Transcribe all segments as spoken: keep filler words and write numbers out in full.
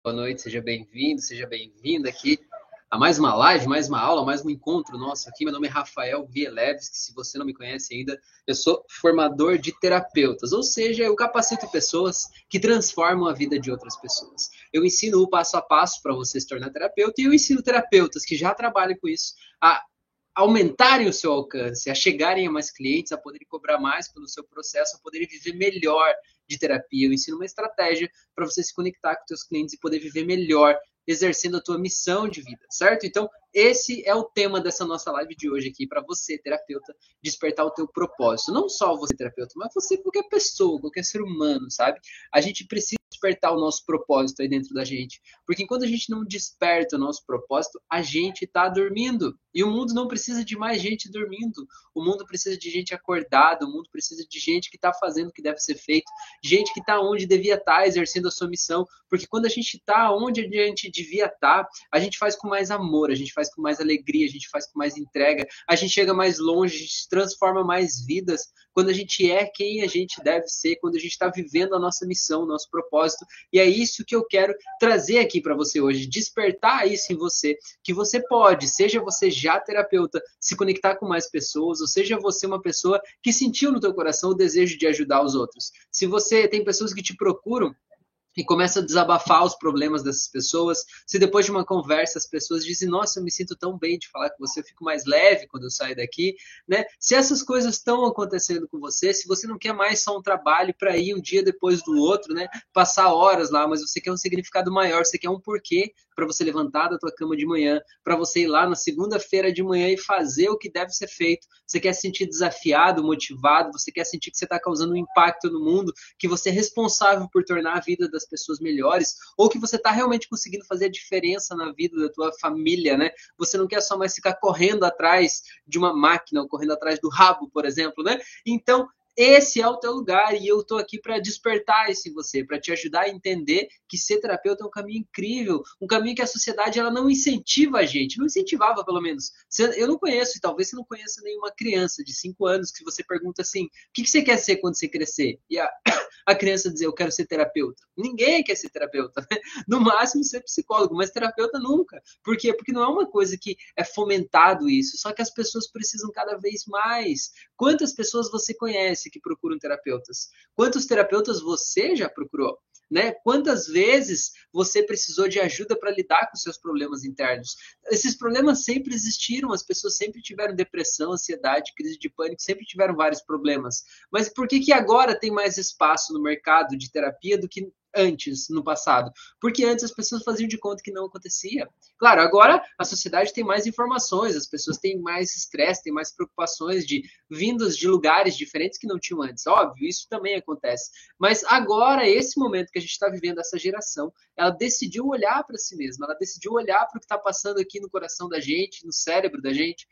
Boa noite, seja bem-vindo, seja bem-vinda aqui a mais uma live, mais uma aula, mais um encontro nosso aqui. Meu nome é Rafael Vieleves, que se você não me conhece ainda, eu sou formador de terapeutas, ou seja, eu capacito pessoas que transformam a vida de outras pessoas. Eu ensino o passo a passo para você se tornar terapeuta e eu ensino terapeutas que já trabalham com isso a aumentarem o seu alcance, a chegarem a mais clientes, a poderem cobrar mais pelo seu processo, a poderem viver melhor de terapia. Eu ensino uma estratégia para você se conectar com seus clientes e poder viver melhor, exercendo a tua missão de vida, certo? Então, esse é o tema dessa nossa live de hoje aqui, para você, terapeuta, despertar o teu propósito. Não só você, terapeuta, mas você, qualquer pessoa, qualquer ser humano, sabe? A gente precisa despertar o nosso propósito aí dentro da gente. Porque enquanto a gente não desperta o nosso propósito, a gente está dormindo. E o mundo não precisa de mais gente dormindo. O mundo precisa de gente acordada, o mundo precisa de gente que está fazendo o que deve ser feito, gente que está onde devia estar, tá, exercendo a sua missão. Porque quando a gente está onde a gente devia estar, tá, a gente faz com mais amor, a gente faz com mais alegria, a gente faz com mais entrega, a gente chega mais longe, a gente transforma mais vidas quando a gente é quem a gente deve ser, quando a gente está vivendo a nossa missão, o nosso propósito. E é isso que eu quero trazer aqui para você hoje, despertar isso em você, que você pode, seja você já terapeuta, se conectar com mais pessoas, ou seja você uma pessoa que sentiu no teu coração o desejo de ajudar os outros. Se você tem pessoas que te procuram e começa a desabafar os problemas dessas pessoas, se depois de uma conversa as pessoas dizem, nossa, eu me sinto tão bem de falar com você, eu fico mais leve quando eu saio daqui, né? Se essas coisas estão acontecendo com você, se você não quer mais só um trabalho para ir um dia depois do outro, né? Passar horas lá, mas você quer um significado maior, você quer um porquê para você levantar da tua cama de manhã, para você ir lá na segunda-feira de manhã e fazer o que deve ser feito, você quer se sentir desafiado, motivado, você quer sentir que você está causando um impacto no mundo, que você é responsável por tornar a vida das pessoas melhores, ou que você está realmente conseguindo fazer a diferença na vida da tua família, né? Você não quer só mais ficar correndo atrás de uma máquina, ou correndo atrás do rabo, por exemplo, né? Então, esse é o teu lugar e eu estou aqui para despertar isso em você, para te ajudar a entender que ser terapeuta é um caminho incrível, um caminho que a sociedade ela não incentiva a gente, não incentivava pelo menos. Eu não conheço, e talvez você não conheça nenhuma criança de cinco anos que você pergunta assim, o que você quer ser quando você crescer? E a, a criança dizer, eu quero ser terapeuta. Ninguém quer ser terapeuta, né? No máximo ser psicólogo, mas terapeuta nunca. Por quê? Porque não é uma coisa que é fomentado isso, só que as pessoas precisam cada vez mais. Quantas pessoas você conhece que procuram terapeutas? Quantos terapeutas você já procurou? Né? Quantas vezes você precisou de ajuda para lidar com seus problemas internos? Esses problemas sempre existiram, as pessoas sempre tiveram depressão, ansiedade, crise de pânico, sempre tiveram vários problemas. Mas por que que agora tem mais espaço no mercado de terapia do que antes, no passado? Porque antes as pessoas faziam de conta que não acontecia. Claro, agora a sociedade tem mais informações, as pessoas têm mais estresse, têm mais preocupações de vindos de lugares diferentes que não tinham antes. Óbvio, isso também acontece. Mas agora, esse momento que a gente está vivendo, essa geração, ela decidiu olhar para si mesma, ela decidiu olhar para o que está passando aqui no coração da gente, no cérebro da gente,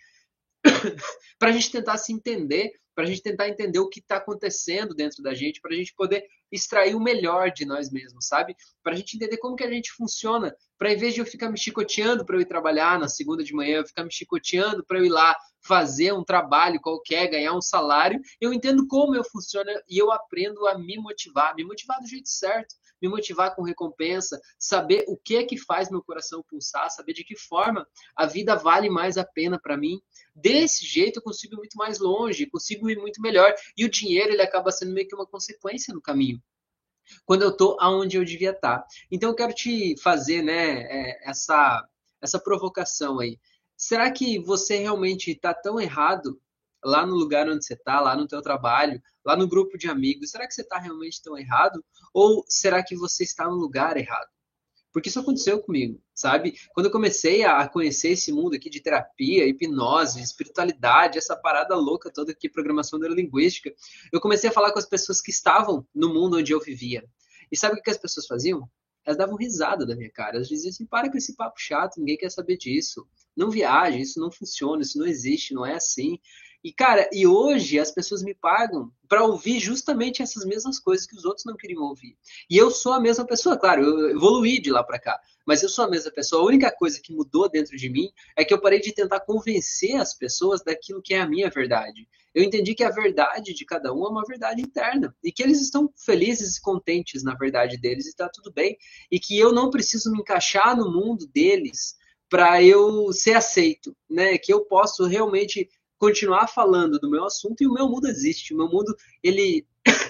para a gente tentar se entender, para a gente tentar entender o que está acontecendo dentro da gente, para a gente poder extrair o melhor de nós mesmos, sabe? Para a gente entender como que a gente funciona, para em vez de eu ficar me chicoteando para eu ir trabalhar na segunda de manhã, eu ficar me chicoteando para eu ir lá fazer um trabalho qualquer, ganhar um salário, eu entendo como eu funciono e eu aprendo a me motivar, me motivar do jeito certo, me motivar com recompensa, saber o que é que faz meu coração pulsar, saber de que forma a vida vale mais a pena para mim. Desse jeito eu consigo ir muito mais longe, consigo ir muito melhor. E o dinheiro ele acaba sendo meio que uma consequência no caminho, quando eu estou aonde eu devia estar. Então eu quero te fazer, né, é, essa, essa provocação aí. Será que você realmente está tão errado lá no lugar onde você está, lá no teu trabalho, lá no grupo de amigos? Será que você está realmente tão errado? Ou será que você está no lugar errado? Porque isso aconteceu comigo, sabe? Quando eu comecei a conhecer esse mundo aqui de terapia, hipnose, espiritualidade, essa parada louca toda aqui, programação neurolinguística, eu comecei a falar com as pessoas que estavam no mundo onde eu vivia. E sabe o que as pessoas faziam? Elas davam risada da minha cara. Elas diziam assim, para com esse papo chato, ninguém quer saber disso. Não viaje, isso não funciona, isso não existe, não é assim. E, cara, e hoje as pessoas me pagam para ouvir justamente essas mesmas coisas que os outros não queriam ouvir. E eu sou a mesma pessoa, claro, eu evoluí de lá para cá, mas eu sou a mesma pessoa. A única coisa que mudou dentro de mim é que eu parei de tentar convencer as pessoas daquilo que é a minha verdade. Eu entendi que a verdade de cada um é uma verdade interna e que eles estão felizes e contentes na verdade deles e está tudo bem. E que eu não preciso me encaixar no mundo deles para eu ser aceito, né? Que eu posso realmente continuar falando do meu assunto e o meu mundo existe. O meu mundo, ele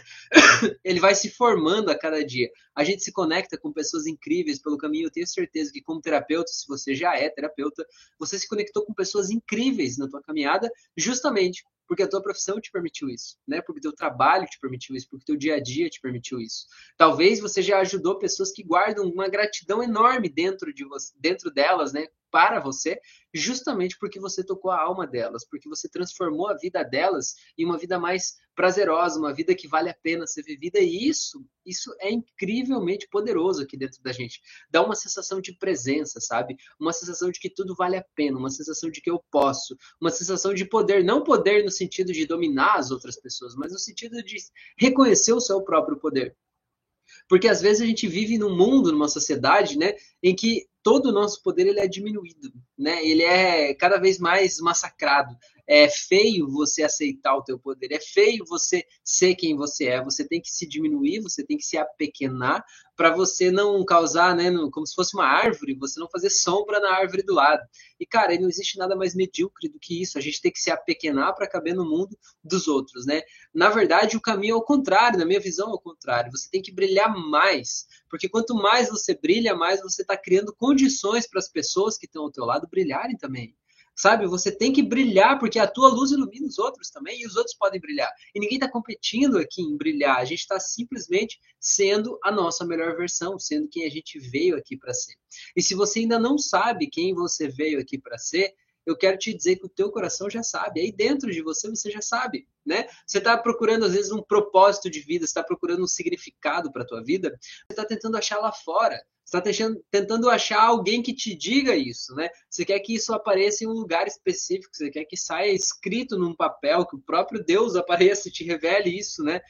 ele vai se formando a cada dia. A gente se conecta com pessoas incríveis pelo caminho. Eu tenho certeza que como terapeuta, se você já é terapeuta, você se conectou com pessoas incríveis na tua caminhada, justamente porque a tua profissão te permitiu isso, né? Porque o teu trabalho te permitiu isso, porque o teu dia a dia te permitiu isso. Talvez você já ajudou pessoas que guardam uma gratidão enorme dentro de você, dentro delas, né? Para você, justamente porque você tocou a alma delas, porque você transformou a vida delas em uma vida mais prazerosa, uma vida que vale a pena ser vivida, e isso, isso é incrivelmente poderoso aqui dentro da gente. Dá uma sensação de presença, sabe? Uma sensação de que tudo vale a pena, uma sensação de que eu posso, uma sensação de poder, não poder no sentido de dominar as outras pessoas, mas no sentido de reconhecer o seu próprio poder. Porque às vezes a gente vive num mundo, numa sociedade, né, em que todo o nosso poder ele é diminuído, né? Ele é cada vez mais massacrado. É feio você aceitar o teu poder, é feio você ser quem você é. Você tem que se diminuir, você tem que se apequenar para você não causar, né, como se fosse uma árvore, você não fazer sombra na árvore do lado. E, cara, não existe nada mais medíocre do que isso. A gente tem que se apequenar para caber no mundo dos outros, né? Na verdade, o caminho é o contrário, na minha visão é o contrário. Você tem que brilhar mais, porque quanto mais você brilha, mais você está criando condições para as pessoas que estão ao teu lado brilharem também. Sabe, você tem que brilhar, porque a tua luz ilumina os outros também, e os outros podem brilhar. E ninguém está competindo aqui em brilhar, a gente está simplesmente sendo a nossa melhor versão, sendo quem a gente veio aqui para ser. E se você ainda não sabe quem você veio aqui para ser, eu quero te dizer que o teu coração já sabe, aí dentro de você você já sabe, né? Você está procurando às vezes um propósito de vida, você está procurando um significado para a tua vida, você está tentando achar lá fora. Você está tentando achar alguém que te diga isso, né? Você quer que isso apareça em um lugar específico, você quer que saia escrito num papel, que o próprio Deus apareça e te revele isso, né?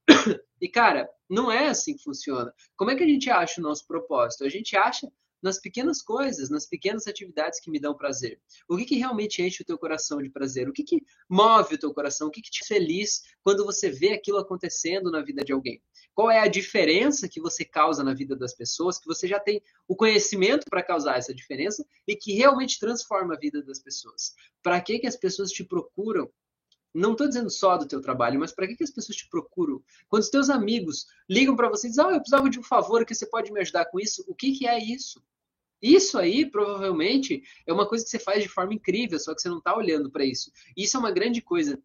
E, cara, não é assim que funciona. Como é que a gente acha o nosso propósito? A gente acha nas pequenas coisas, nas pequenas atividades que me dão prazer. O que, que realmente enche o teu coração de prazer? O que, que move o teu coração? O que, que te faz feliz quando você vê aquilo acontecendo na vida de alguém? Qual é a diferença que você causa na vida das pessoas, que você já tem o conhecimento para causar essa diferença e que realmente transforma a vida das pessoas? Para que, que as pessoas te procuram? Não estou dizendo só do teu trabalho, mas para que, que as pessoas te procuram? Quando os teus amigos ligam para você e dizem, ah, eu precisava de um favor, que você pode me ajudar com isso? O que, que é isso? Isso aí, provavelmente, é uma coisa que você faz de forma incrível, só que você não está olhando para isso. Isso é uma grande coisa.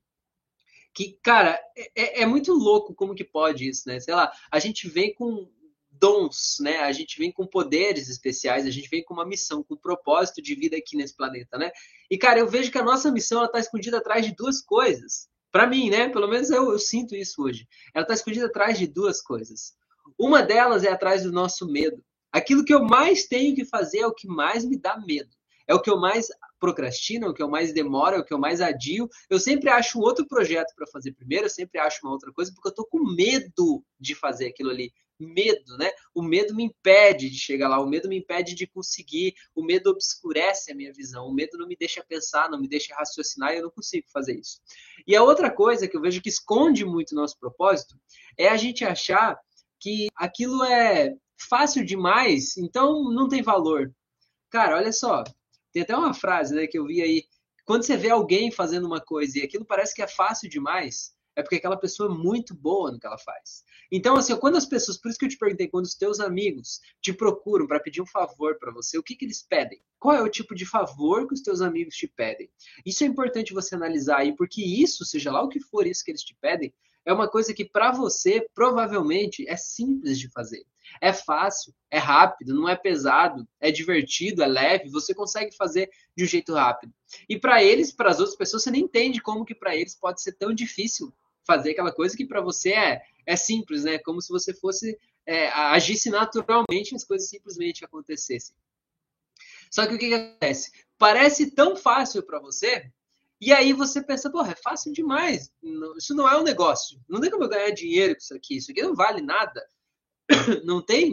Que, cara, é, é muito louco como que pode isso, né? Sei lá, a gente vem com dons, né? A gente vem com poderes especiais, a gente vem com uma missão, com um propósito de vida aqui nesse planeta, né? E, cara, eu vejo que a nossa missão, ela tá escondida atrás de duas coisas. Para mim, né? Pelo menos eu, eu sinto isso hoje. Ela tá escondida atrás de duas coisas. Uma delas é atrás do nosso medo. Aquilo que eu mais tenho que fazer é o que mais me dá medo. É o que eu mais procrastino, é o que eu mais demoro, é o que eu mais adio. Eu sempre acho um outro projeto para fazer primeiro, eu sempre acho uma outra coisa, porque eu tô com medo de fazer aquilo ali. Medo, né? O medo me impede de chegar lá, o medo me impede de conseguir, o medo obscurece a minha visão, o medo não me deixa pensar, não me deixa raciocinar e eu não consigo fazer isso. E a outra coisa que eu vejo que esconde muito o nosso propósito é a gente achar que aquilo é fácil demais, então não tem valor. Cara, olha só, tem até uma frase, né, que eu vi aí. Quando você vê alguém fazendo uma coisa e aquilo parece que é fácil demais, é porque aquela pessoa é muito boa no que ela faz. Então, assim, quando as pessoas, por isso que eu te perguntei, quando os teus amigos te procuram para pedir um favor para você, o que, que eles pedem? Qual é o tipo de favor que os teus amigos te pedem? Isso é importante você analisar aí, porque isso, seja lá o que for isso que eles te pedem, é uma coisa que para você provavelmente é simples de fazer. É fácil, é rápido, não é pesado, é divertido, é leve, você consegue fazer de um jeito rápido. E para eles, para as outras pessoas, você nem entende como que para eles pode ser tão difícil fazer aquela coisa que para você é, é simples, né? Como se você fosse é, agisse naturalmente e as coisas simplesmente acontecessem. Só que o que, que acontece? Parece tão fácil para você, e aí você pensa, porra, é fácil demais. Isso não é um negócio. Não tem como eu ganhar dinheiro com isso aqui. Isso aqui não vale nada. Não tem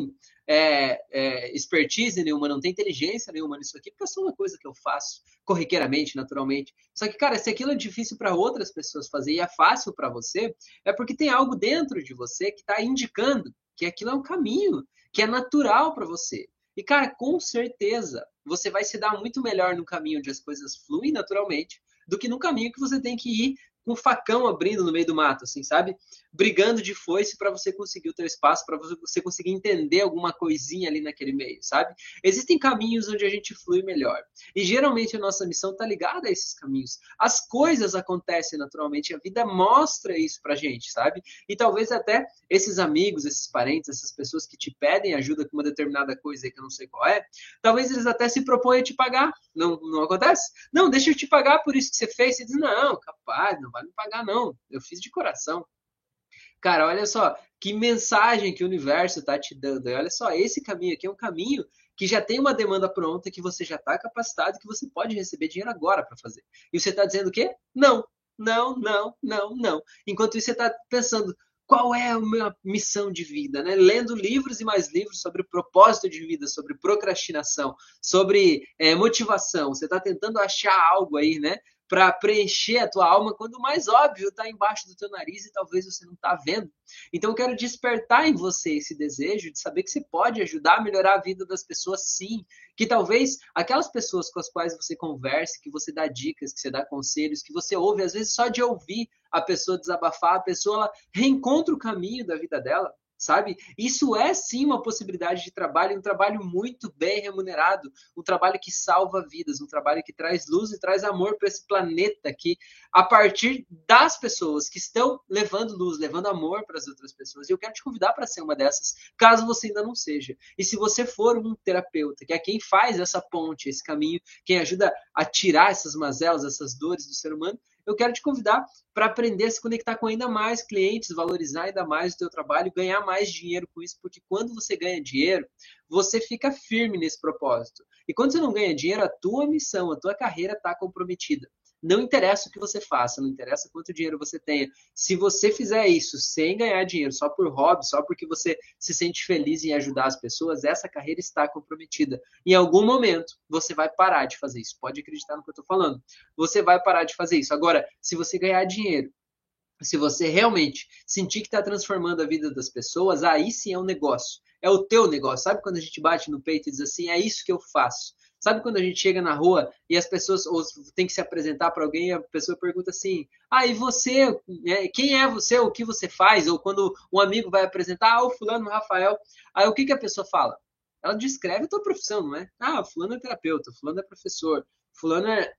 é, é, expertise nenhuma, não tenho inteligência nenhuma nisso aqui, porque é só uma coisa que eu faço corriqueiramente, naturalmente. Só que, cara, se aquilo é difícil para outras pessoas fazer e é fácil para você, é porque tem algo dentro de você que está indicando que aquilo é um caminho, que é natural para você. E, cara, com certeza, você vai se dar muito melhor no caminho onde as coisas fluem naturalmente do que no caminho que você tem que ir com o facão abrindo no meio do mato, assim, sabe? Brigando de foice para você conseguir o teu espaço, para você conseguir entender alguma coisinha ali naquele meio, sabe? Existem caminhos onde a gente flui melhor. E geralmente a nossa missão está ligada a esses caminhos. As coisas acontecem naturalmente, a vida mostra isso pra gente, sabe? E talvez até esses amigos, esses parentes, essas pessoas que te pedem ajuda com uma determinada coisa que eu não sei qual é, talvez eles até se propõem a te pagar. Não, não acontece? Não, deixa eu te pagar por isso que você fez. Você diz, não, capaz, não vai me pagar, não. Eu fiz de coração. Cara, olha só, que mensagem que o universo está te dando. E olha só, esse caminho aqui é um caminho que já tem uma demanda pronta, que você já está capacitado, que você pode receber dinheiro agora para fazer. E você está dizendo o quê? Não, não, não, não, não. Enquanto isso, você está pensando, qual é a minha missão de vida, né? Lendo livros e mais livros sobre propósito de vida, sobre procrastinação, sobre é, motivação. Você está tentando achar algo aí, né? Para preencher a tua alma, quando o mais óbvio está embaixo do teu nariz e talvez você não está vendo. Então eu quero despertar em você esse desejo de saber que você pode ajudar a melhorar a vida das pessoas, sim. Que talvez aquelas pessoas com as quais você converse, que você dá dicas, que você dá conselhos, que você ouve, às vezes só de ouvir a pessoa desabafar, a pessoa ela reencontra o caminho da vida dela, sabe? Isso é sim uma possibilidade de trabalho, um trabalho muito bem remunerado, um trabalho que salva vidas, um trabalho que traz luz e traz amor para esse planeta aqui, a partir das pessoas que estão levando luz, levando amor para as outras pessoas. E eu quero te convidar para ser uma dessas, caso você ainda não seja. E se você for um terapeuta, que é quem faz essa ponte, esse caminho, quem ajuda a tirar essas mazelas, essas dores do ser humano, eu quero te convidar para aprender a se conectar com ainda mais clientes, valorizar ainda mais o teu trabalho, ganhar mais dinheiro com isso, porque quando você ganha dinheiro, você fica firme nesse propósito. E quando você não ganha dinheiro, a tua missão, a tua carreira está comprometida. Não interessa o que você faça, não interessa quanto dinheiro você tenha. Se você fizer isso sem ganhar dinheiro, só por hobby, só porque você se sente feliz em ajudar as pessoas, essa carreira está comprometida. Em algum momento, você vai parar de fazer isso. Pode acreditar no que eu estou falando. Você vai parar de fazer isso. Agora, se você ganhar dinheiro, se você realmente sentir que está transformando a vida das pessoas, aí sim é um negócio. É o teu negócio. Sabe quando a gente bate no peito e diz assim, é isso que eu faço? Sabe quando a gente chega na rua e as pessoas ou tem que se apresentar para alguém e a pessoa pergunta assim, ah, e você? Quem é você? O que você faz? Ou quando um amigo vai apresentar, ah, o fulano, o Rafael. Aí o que, que a pessoa fala? Ela descreve a tua profissão, não é? Ah, fulano é terapeuta, fulano é professor, fulano é,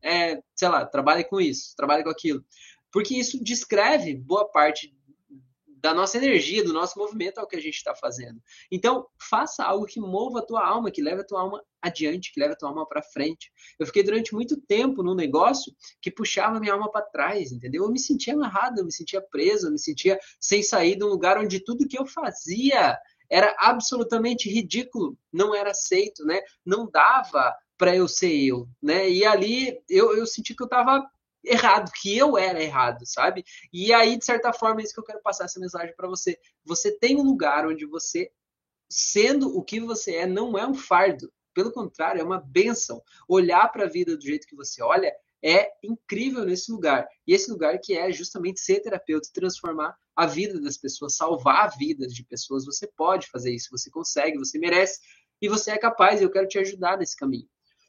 é sei lá, trabalha com isso, trabalha com aquilo. Porque isso descreve boa parte da nossa energia, do nosso movimento ao que a gente está fazendo. Então, faça algo que mova a tua alma, que leve a tua alma adiante, que leve a tua alma para frente. Eu fiquei durante muito tempo num negócio que puxava minha alma para trás, entendeu? Eu me sentia amarrado, eu me sentia preso, eu me sentia sem sair de um lugar onde tudo que eu fazia era absolutamente ridículo, não era aceito, né? Não dava para eu ser eu, né? E ali eu, eu senti que eu estava errado, que eu era errado, sabe? E aí, de certa forma, é isso que eu quero passar essa mensagem para você. Você tem um lugar onde você, sendo o que você é, não é um fardo. Pelo contrário, é uma bênção. Olhar para a vida do jeito que você olha é incrível nesse lugar. E esse lugar que é justamente ser terapeuta, transformar a vida das pessoas, salvar vidas de pessoas. Você pode fazer isso, você consegue, você merece e você é capaz. E eu quero te ajudar nesse caminho.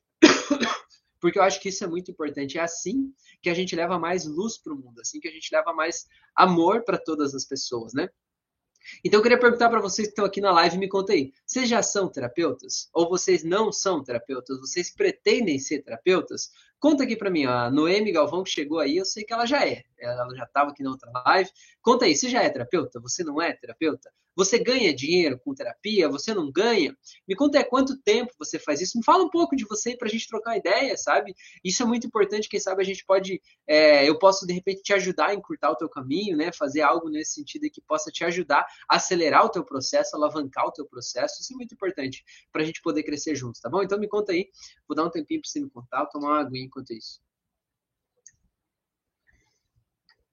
Porque eu acho que isso é muito importante. É assim que a gente leva mais luz para o mundo, assim que a gente leva mais amor para todas as pessoas, né? Então eu queria perguntar para vocês que estão aqui na live, me conta aí, vocês já são terapeutas? Ou vocês não são terapeutas? Vocês pretendem ser terapeutas? Conta aqui para mim, a Noemi Galvão que chegou aí, eu sei que ela já é. Ela já estava aqui na outra live. Conta aí, você já é terapeuta? Você não é terapeuta? Você ganha dinheiro com terapia? Você não ganha? Me conta aí quanto tempo você faz isso. Me fala um pouco de você para a gente trocar ideia, sabe? Isso é muito importante, quem sabe a gente pode, é, eu posso de repente te ajudar a encurtar o teu caminho, né? Fazer algo nesse sentido que possa te ajudar a acelerar o teu processo, alavancar o teu processo. Isso é muito importante para a gente poder crescer juntos, tá bom? Então me conta aí, vou dar um tempinho para você me contar, vou tomar uma aguinha enquanto isso.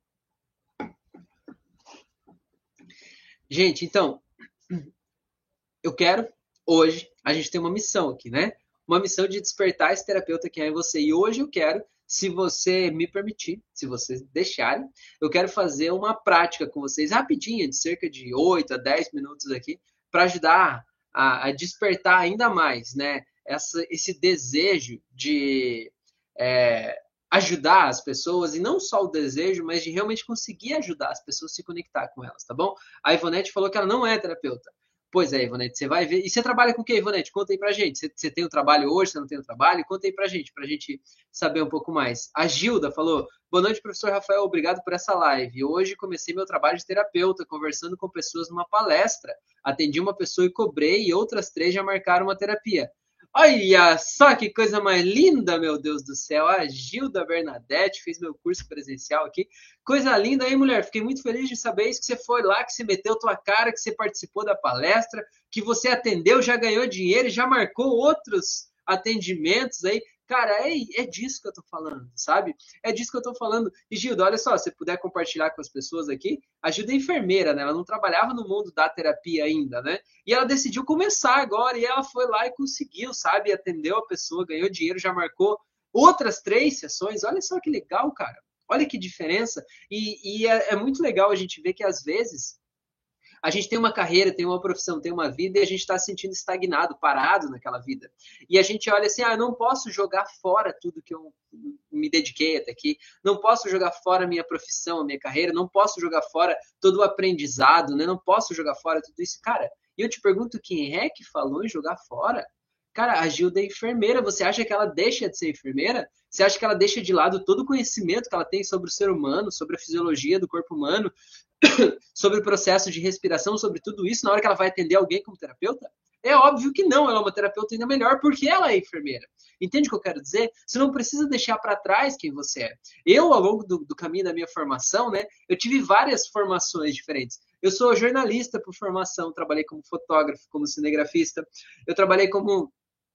Gente, então, eu quero, hoje, a gente tem uma missão aqui, né? Uma missão de despertar esse terapeuta que é em você. E hoje eu quero, se você me permitir, se vocês deixarem, eu quero fazer uma prática com vocês rapidinha, de cerca de oito a dez minutos aqui, para ajudar a, a, despertar ainda mais, né? Essa, esse desejo de é, ajudar as pessoas, e não só o desejo, mas de realmente conseguir ajudar as pessoas a se conectar com elas, tá bom? A Ivonete falou que ela não é terapeuta. Pois é, Ivonete, você vai ver. E você trabalha com o que, Ivonete? Conta aí pra gente. Você, você tem o um trabalho hoje, você não tem o um trabalho? Conta aí pra gente, pra gente saber um pouco mais. A Gilda falou: boa noite, professor Rafael, obrigado por essa live. Hoje comecei meu trabalho de terapeuta, conversando com pessoas numa palestra. Atendi uma pessoa e cobrei, e outras três já marcaram uma terapia. Olha só que coisa mais linda, meu Deus do céu. A Gilda Bernadette fez meu curso presencial aqui. Coisa linda, hein, mulher? Fiquei muito feliz de saber isso, que você foi lá, que você meteu tua cara, que você participou da palestra, que você atendeu, já ganhou dinheiro e já marcou outros atendimentos aí. Cara, é, é disso que eu tô falando, sabe? É disso que eu tô falando. E, Gilda, olha só, se puder compartilhar com as pessoas aqui, a Gilda é enfermeira, né? Ela não trabalhava no mundo da terapia ainda, né? E ela decidiu começar agora, e ela foi lá e conseguiu, sabe? Atendeu a pessoa, ganhou dinheiro, já marcou outras três sessões. Olha só que legal, cara. Olha que diferença. E, e é, é muito legal a gente ver que, às vezes, a gente tem uma carreira, tem uma profissão, tem uma vida, e a gente está se sentindo estagnado, parado naquela vida. E a gente olha assim, ah, eu não posso jogar fora tudo que eu me dediquei até aqui, não posso jogar fora a minha profissão, a minha carreira, não posso jogar fora todo o aprendizado, né? Não posso jogar fora tudo isso. Cara, e eu te pergunto, quem é que falou em jogar fora? Cara, a Gilda é enfermeira, você acha que ela deixa de ser enfermeira? Você acha que ela deixa de lado todo o conhecimento que ela tem sobre o ser humano, sobre a fisiologia do corpo humano, sobre o processo de respiração, sobre tudo isso, na hora que ela vai atender alguém como terapeuta? É óbvio que não, ela é uma terapeuta ainda melhor porque ela é enfermeira. Entende o que eu quero dizer? Você não precisa deixar para trás quem você é. Eu, ao longo do, do caminho da minha formação, né, eu tive várias formações diferentes. Eu sou jornalista por formação, trabalhei como fotógrafo, como cinegrafista, eu trabalhei como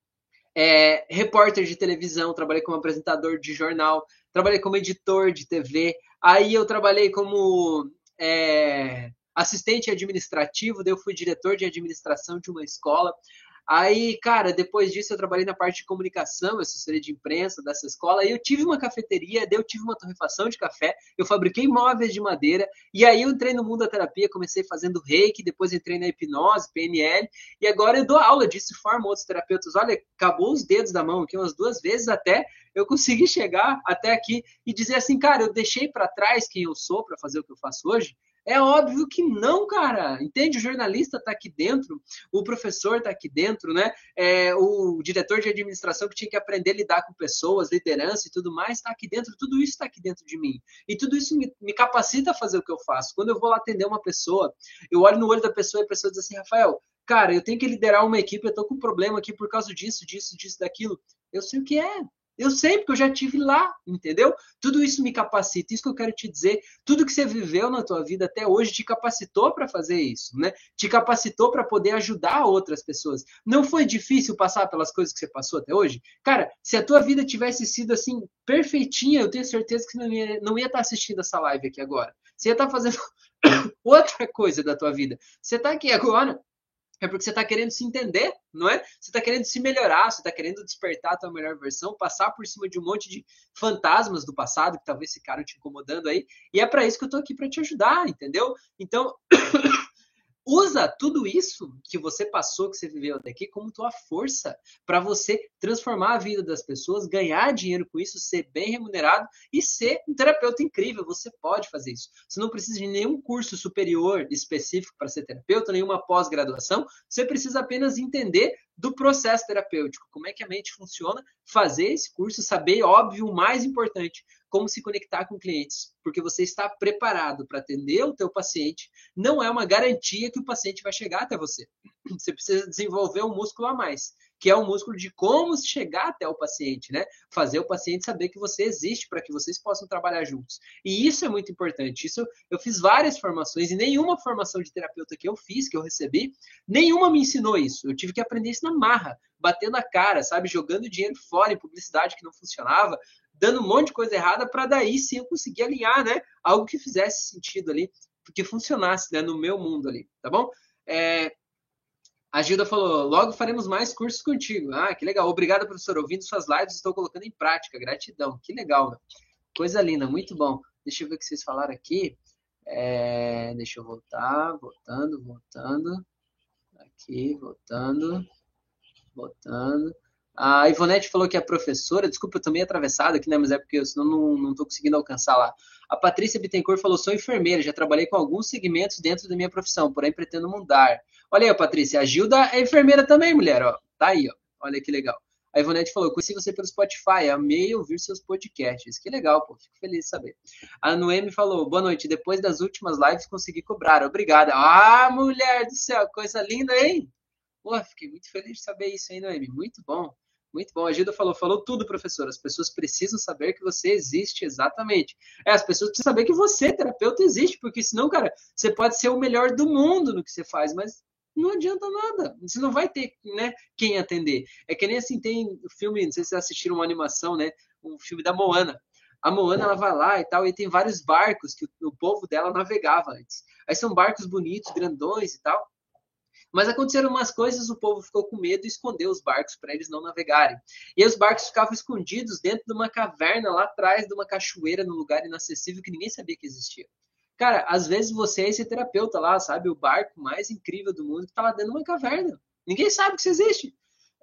é, repórter de televisão, trabalhei como apresentador de jornal, trabalhei como editor de T V, aí eu trabalhei como é, assistente administrativo, daí eu fui diretor de administração de uma escola. Aí, cara, depois disso eu trabalhei na parte de comunicação, assessoria de imprensa dessa escola, aí eu tive uma cafeteria, daí eu tive uma torrefação de café, eu fabriquei móveis de madeira, e aí eu entrei no mundo da terapia, comecei fazendo reiki, depois entrei na hipnose, P N L, e agora eu dou aula disso e formo outros terapeutas. Olha, acabou os dedos da mão aqui umas duas vezes até eu consegui chegar até aqui e dizer assim, cara, eu deixei para trás quem eu sou para fazer o que eu faço hoje. É óbvio que não, cara. Entende? O jornalista está aqui dentro, o professor está aqui dentro, né? É, o diretor de administração que tinha que aprender a lidar com pessoas, liderança e tudo mais, está aqui dentro. Tudo isso está aqui dentro de mim. E tudo isso me, me capacita a fazer o que eu faço. Quando eu vou lá atender uma pessoa, eu olho no olho da pessoa e a pessoa diz assim, Rafael, cara, eu tenho que liderar uma equipe, eu tô com um problema aqui por causa disso, disso, disso, daquilo. Eu sei o que é. Eu sei, porque eu já tive lá, entendeu? Tudo isso me capacita, isso que eu quero te dizer. Tudo que você viveu na tua vida até hoje te capacitou para fazer isso, né? Te capacitou para poder ajudar outras pessoas. Não foi difícil passar pelas coisas que você passou até hoje? Cara, se a tua vida tivesse sido assim, perfeitinha, eu tenho certeza que você não ia, não ia estar assistindo essa live aqui agora. Você ia estar fazendo outra coisa da tua vida. Você está aqui agora é porque você está querendo se entender, não é? Você está querendo se melhorar, você está querendo despertar a tua melhor versão, passar por cima de um monte de fantasmas do passado que talvez ficaram te incomodando aí. E é para isso que eu estou aqui para te ajudar, entendeu? Então, usa tudo isso que você passou, que você viveu até aqui, como tua força para você transformar a vida das pessoas, ganhar dinheiro com isso, ser bem remunerado e ser um terapeuta incrível. Você pode fazer isso. Você não precisa de nenhum curso superior específico para ser terapeuta, nenhuma pós-graduação. Você precisa apenas entender do processo terapêutico, como é que a mente funciona, fazer esse curso, saber, óbvio, o mais importante, como se conectar com clientes, porque você está preparado para atender o teu paciente, não é uma garantia que o paciente vai chegar até você. Você precisa desenvolver um músculo a mais, que é o músculo de como chegar até o paciente, né? Fazer o paciente saber que você existe para que vocês possam trabalhar juntos. E isso é muito importante. Isso eu fiz várias formações e nenhuma formação de terapeuta que eu fiz, que eu recebi, nenhuma me ensinou isso. Eu tive que aprender isso na marra, batendo a cara, sabe? Jogando dinheiro fora em publicidade que não funcionava, dando um monte de coisa errada para daí sim eu conseguir alinhar, né? Algo que fizesse sentido ali, que funcionasse, né? No meu mundo ali, tá bom? É... A Gilda falou, logo faremos mais cursos contigo. Ah, que legal. Obrigado, professor. Ouvindo suas lives, estou colocando em prática. Gratidão. Que legal, meu. Coisa linda, muito bom. Deixa eu ver o que vocês falaram aqui. É, deixa eu voltar, voltando, voltando. Aqui, voltando, voltando. A Ivonete falou que é professora. Desculpa, eu tô meio atravessado aqui, né? Mas é porque eu senão não, não tô conseguindo alcançar lá. A Patrícia Bittencourt falou, sou enfermeira, já trabalhei com alguns segmentos dentro da minha profissão, porém pretendo mudar. Olha aí, Patrícia, a Gilda é enfermeira também, mulher, ó. Tá aí, ó. Olha que legal. A Ivonete falou, conheci você pelo Spotify, amei ouvir seus podcasts. Que legal, pô, fico feliz de saber. A Noemi falou, boa noite, depois das últimas lives consegui cobrar, obrigada. Ah, mulher do céu, coisa linda, hein? Pô, fiquei muito feliz de saber isso, hein, Noemi? Muito bom. Muito bom. A Gilda falou, falou tudo, professor. As pessoas precisam saber que você existe, exatamente. É, as pessoas precisam saber que você, terapeuta, existe, porque senão, cara, você pode ser o melhor do mundo no que você faz, mas não adianta nada. Você não vai ter, né, quem atender. É que nem assim, tem o filme, não sei se vocês assistiram uma animação, né, um filme da Moana. A Moana, ela vai lá e tal, e tem vários barcos que o, o povo dela navegava antes. Aí são barcos bonitos, grandões e tal. Mas aconteceram umas coisas, o povo ficou com medo e escondeu os barcos para eles não navegarem. E aí os barcos ficavam escondidos dentro de uma caverna lá atrás de uma cachoeira, num lugar inacessível que ninguém sabia que existia. Cara, às vezes você é esse terapeuta lá, sabe? O barco mais incrível do mundo que tá lá dentro de uma caverna. Ninguém sabe que você existe.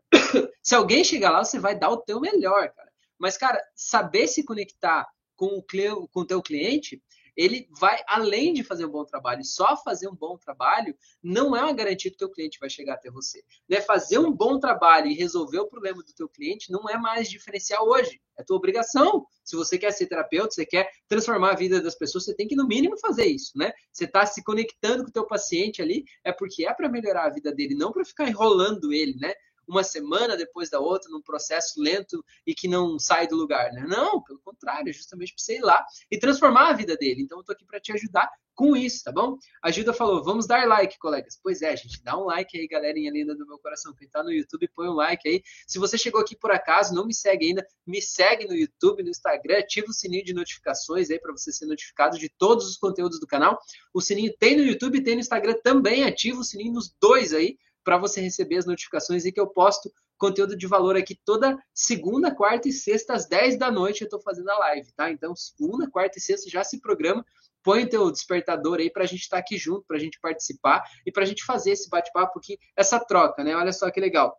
Se alguém chegar lá, você vai dar o teu melhor, cara. Mas, cara, saber se conectar com o, cl- com o teu cliente, ele vai além de fazer um bom trabalho. Só fazer um bom trabalho não é uma garantia que o teu cliente vai chegar até você. Né? Fazer um bom trabalho e resolver o problema do teu cliente não é mais diferencial hoje. É tua obrigação. Se você quer ser terapeuta, você quer transformar a vida das pessoas, você tem que, no mínimo, fazer isso. Né? Você está se conectando com o teu paciente ali, é porque é para melhorar a vida dele, não para ficar enrolando ele, né? Uma semana depois da outra, num processo lento e que não sai do lugar, né? Não, pelo contrário, é justamente para você ir lá e transformar a vida dele. Então, eu tô aqui para te ajudar com isso, tá bom? A Gilda falou, vamos dar like, colegas. Pois é, gente, dá um like aí, galerinha linda do meu coração. Quem tá no YouTube, põe um like aí. Se você chegou aqui por acaso, não me segue ainda, me segue no YouTube, no Instagram, ativa o sininho de notificações aí para você ser notificado de todos os conteúdos do canal. O sininho tem no YouTube e tem no Instagram também, ativa o sininho nos dois aí, para você receber as notificações e que eu posto conteúdo de valor aqui toda segunda, quarta e sexta, às dez da noite eu estou fazendo a live, tá? Então, segunda, quarta e sexta já se programa, põe o teu despertador aí para a gente estar tá aqui junto, para a gente participar e para a gente fazer esse bate-papo aqui, essa troca, né? Olha só que legal.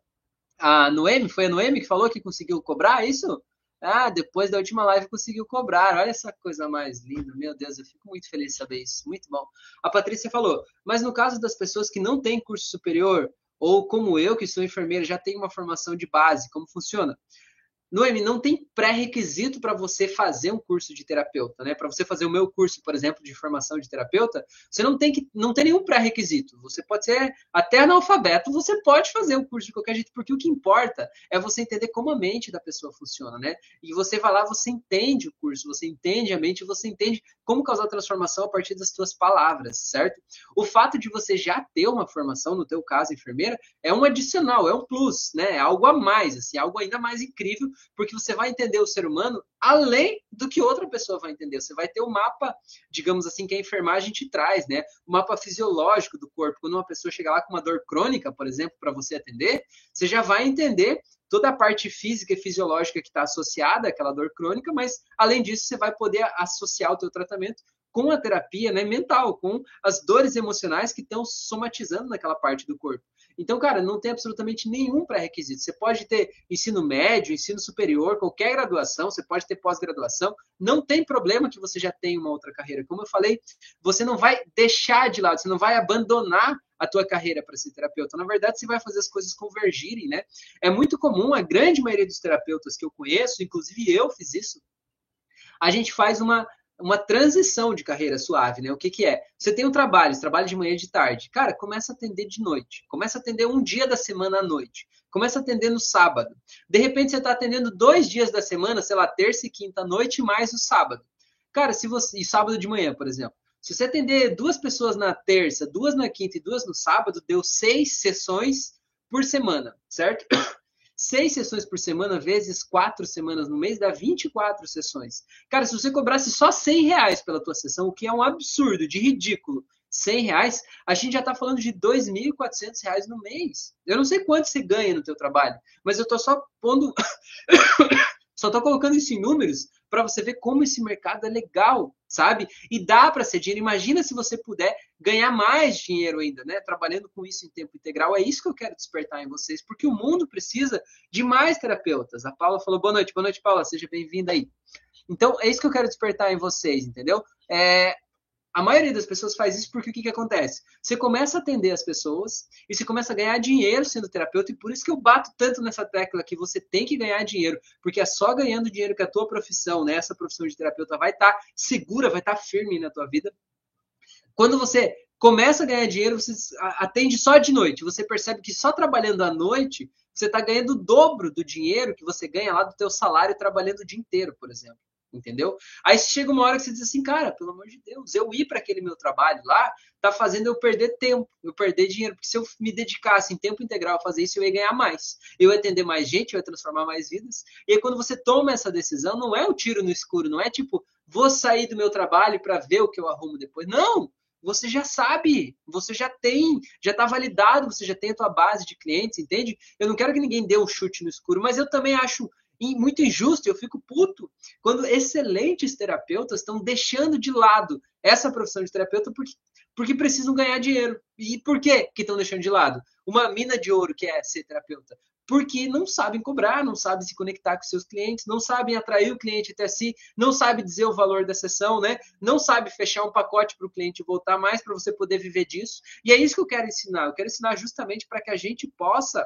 A Noemi, foi a Noemi que falou que conseguiu cobrar isso? Ah, depois da última live conseguiu cobrar. Olha essa coisa mais linda. Meu Deus, eu fico muito feliz de saber isso. Muito bom. A Patrícia falou, mas no caso das pessoas que não têm curso superior, ou como eu, que sou enfermeira, já tenho uma formação de base, como funciona? Noemi, não tem pré-requisito para você fazer um curso de terapeuta, né? Para você fazer o meu curso, por exemplo, de formação de terapeuta, você não tem que não tem nenhum pré-requisito. Você pode ser até analfabeto, você pode fazer um curso de qualquer jeito, porque o que importa é você entender como a mente da pessoa funciona, né? E você vai lá, você entende o curso, você entende a mente, você entende como causar transformação a partir das suas palavras, certo? O fato de você já ter uma formação, no teu caso, enfermeira, é um adicional, é um plus, né? É algo a mais, assim, algo ainda mais incrível, porque você vai entender o ser humano além do que outra pessoa vai entender. Você vai ter o um mapa, digamos assim, que a enfermagem te traz, né? O mapa fisiológico do corpo. Quando uma pessoa chega lá com uma dor crônica, por exemplo, para você atender, você já vai entender toda a parte física e fisiológica que está associada àquela dor crônica, mas, além disso, você vai poder associar o teu tratamento com a terapia, né, mental, com as dores emocionais que estão somatizando naquela parte do corpo. Então, cara, não tem absolutamente nenhum pré-requisito. Você pode ter ensino médio, ensino superior, qualquer graduação, você pode ter pós-graduação, não tem problema que você já tenha uma outra carreira. Como eu falei, você não vai deixar de lado, você não vai abandonar a tua carreira para ser terapeuta. Na verdade, você vai fazer as coisas convergirem, né? É muito comum, a grande maioria dos terapeutas que eu conheço, inclusive eu fiz isso, a gente faz uma uma transição de carreira suave, né? O que que é? Você tem um trabalho, você trabalha de manhã e de tarde. Cara, começa a atender de noite. Começa a atender um dia da semana à noite. Começa a atender no sábado. De repente, você está atendendo dois dias da semana, sei lá, terça e quinta à noite, mais o sábado. Cara, se você... E sábado de manhã, por exemplo. Se você atender duas pessoas na terça, duas na quinta e duas no sábado, deu seis sessões por semana, certo? Seis sessões por semana, vezes quatro semanas no mês, dá vinte e quatro sessões. Cara, se você cobrasse só cem reais pela tua sessão, o que é um absurdo, de ridículo, cem reais, a gente já está falando de dois mil e quatrocentos reais no mês. Eu não sei quanto você ganha no teu trabalho, mas eu estou só pondo só estou colocando isso em números para você ver como esse mercado é legal, sabe? E dá para ser dinheiro. Imagina se você puder ganhar mais dinheiro ainda, né? Trabalhando com isso em tempo integral. É isso que eu quero despertar em vocês, porque o mundo precisa de mais terapeutas. A Paula falou, boa noite. Boa noite, Paula. Seja bem-vinda aí. Então, é isso que eu quero despertar em vocês, entendeu? É, a maioria das pessoas faz isso porque o que, que acontece? Você começa a atender as pessoas e você começa a ganhar dinheiro sendo terapeuta, e por isso que eu bato tanto nessa tecla que você tem que ganhar dinheiro, porque é só ganhando dinheiro que a tua profissão, né, essa profissão de terapeuta vai estar tá segura, vai estar tá firme na tua vida. Quando você começa a ganhar dinheiro, você atende só de noite, você percebe que só trabalhando à noite, você está ganhando o dobro do dinheiro que você ganha lá do teu salário trabalhando o dia inteiro, por exemplo. Entendeu? Aí chega uma hora que você diz assim, cara, pelo amor de Deus, eu ir para aquele meu trabalho lá tá fazendo eu perder tempo, eu perder dinheiro, porque se eu me dedicasse em tempo integral a fazer isso, eu ia ganhar mais, eu ia atender mais gente, eu ia transformar mais vidas. E aí quando você toma essa decisão, não é o tiro no escuro, não é tipo, vou sair do meu trabalho para ver o que eu arrumo depois. Não! Você já sabe, você já tem, já está validado, você já tem a tua base de clientes, entende? Eu não quero que ninguém dê um chute no escuro, mas eu também acho muito injusto, eu fico puto quando excelentes terapeutas estão deixando de lado essa profissão de terapeuta porque, porque precisam ganhar dinheiro. E por que que estão deixando de lado? Uma mina de ouro que é ser terapeuta. Porque não sabem cobrar, não sabem se conectar com seus clientes, não sabem atrair o cliente até si, não sabem dizer o valor da sessão, né? Não sabe fechar um pacote para o cliente voltar mais para você poder viver disso. E é isso que eu quero ensinar. Eu quero ensinar justamente para que a gente possa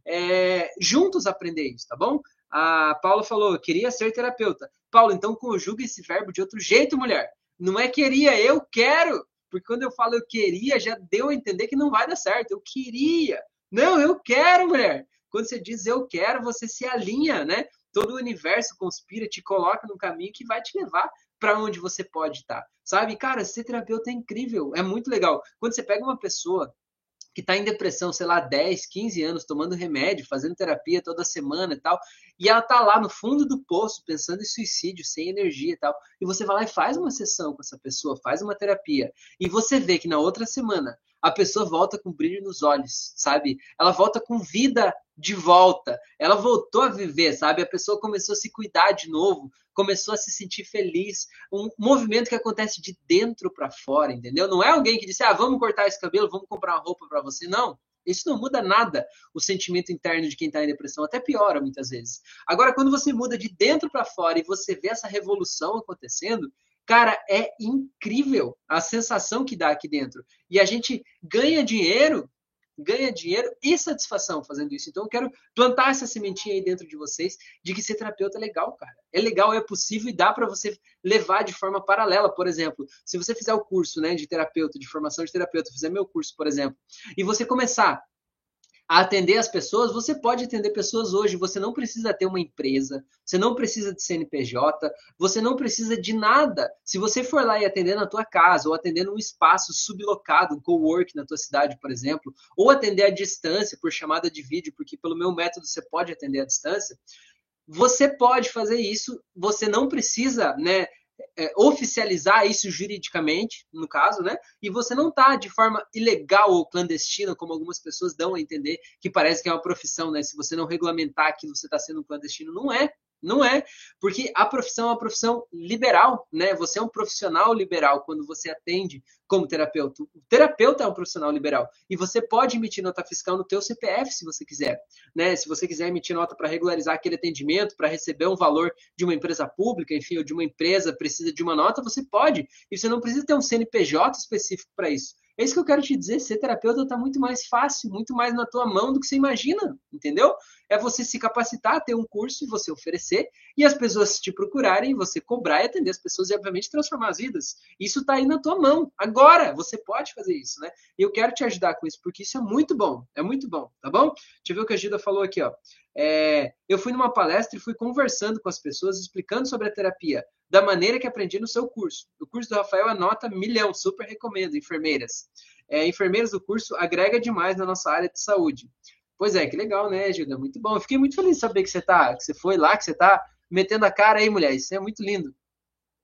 é, juntos aprender isso, tá bom? A Paula falou, queria ser terapeuta. Paulo, então conjuga esse verbo de outro jeito, mulher. Não é queria, eu quero. Porque quando eu falo eu queria, já deu a entender que não vai dar certo. Eu queria. Não, eu quero, mulher. Quando você diz eu quero, você se alinha, né? Todo o universo conspira, te coloca num caminho que vai te levar para onde você pode estar. Sabe? Cara, ser terapeuta é incrível, é muito legal. Quando você pega uma pessoa que está em depressão, sei lá, dez, quinze anos, tomando remédio, fazendo terapia toda semana e tal, e ela tá lá no fundo do poço, pensando em suicídio, sem energia e tal, e você vai lá e faz uma sessão com essa pessoa, faz uma terapia, e você vê que na outra semana a pessoa volta com brilho nos olhos, sabe? Ela volta com vida de volta, ela voltou a viver, sabe? A pessoa começou a se cuidar de novo, começou a se sentir feliz, um movimento que acontece de dentro para fora, entendeu? Não é alguém que disse, ah, vamos cortar esse cabelo, vamos comprar uma roupa para você, não. Isso não muda nada o sentimento interno de quem está em depressão, até piora muitas vezes. Agora, quando você muda de dentro para fora e você vê essa revolução acontecendo, cara, é incrível a sensação que dá aqui dentro. E a gente ganha dinheiro, ganha dinheiro e satisfação fazendo isso. Então eu quero plantar essa sementinha aí dentro de vocês de que ser terapeuta é legal, cara. É legal, é possível e dá para você levar de forma paralela. Por exemplo, se você fizer o curso, né, de terapeuta, de formação de terapeuta, fizer meu curso, por exemplo, e você começar a atender as pessoas, você pode atender pessoas hoje, você não precisa ter uma empresa, você não precisa de C N P J, você não precisa de nada. Se você for lá e atender na tua casa, ou atender num espaço sublocado, um cowork na tua cidade, por exemplo, ou atender à distância por chamada de vídeo, porque pelo meu método você pode atender à distância, você pode fazer isso, você não precisa, né, é, oficializar isso juridicamente, no caso, né? E você não está de forma ilegal ou clandestina, como algumas pessoas dão a entender, que parece que é uma profissão, né? Se você não regulamentar aquilo, você está sendo um clandestino. Não é. Não é, porque a profissão é uma profissão liberal, né? Você é um profissional liberal quando você atende como terapeuta. O terapeuta é um profissional liberal e você pode emitir nota fiscal no teu C P F se você quiser, né? Se você quiser emitir nota para regularizar aquele atendimento, para receber um valor de uma empresa pública, enfim, ou de uma empresa precisa de uma nota, você pode. E você não precisa ter um C N P J específico para isso. É isso que eu quero te dizer, ser terapeuta está muito mais fácil, muito mais na tua mão do que você imagina, entendeu? É você se capacitar, ter um curso e você oferecer, e as pessoas te procurarem, você cobrar e atender as pessoas e, obviamente, transformar as vidas. Isso está aí na tua mão. Agora, você pode fazer isso, né? E eu quero te ajudar com isso, porque isso é muito bom, é muito bom, tá bom? Deixa eu ver o que a Gilda falou aqui, ó. É, eu fui numa palestra e fui conversando com as pessoas, explicando sobre a terapia, da maneira que aprendi no seu curso. O curso do Rafael é nota milhão, super recomendo, enfermeiras. É, enfermeiras do curso agrega demais na nossa área de saúde. Pois é, que legal, né, Gilda? Muito bom. Eu fiquei muito feliz de saber que você tá, que você foi lá, que você tá metendo a cara aí, mulher. Isso é muito lindo.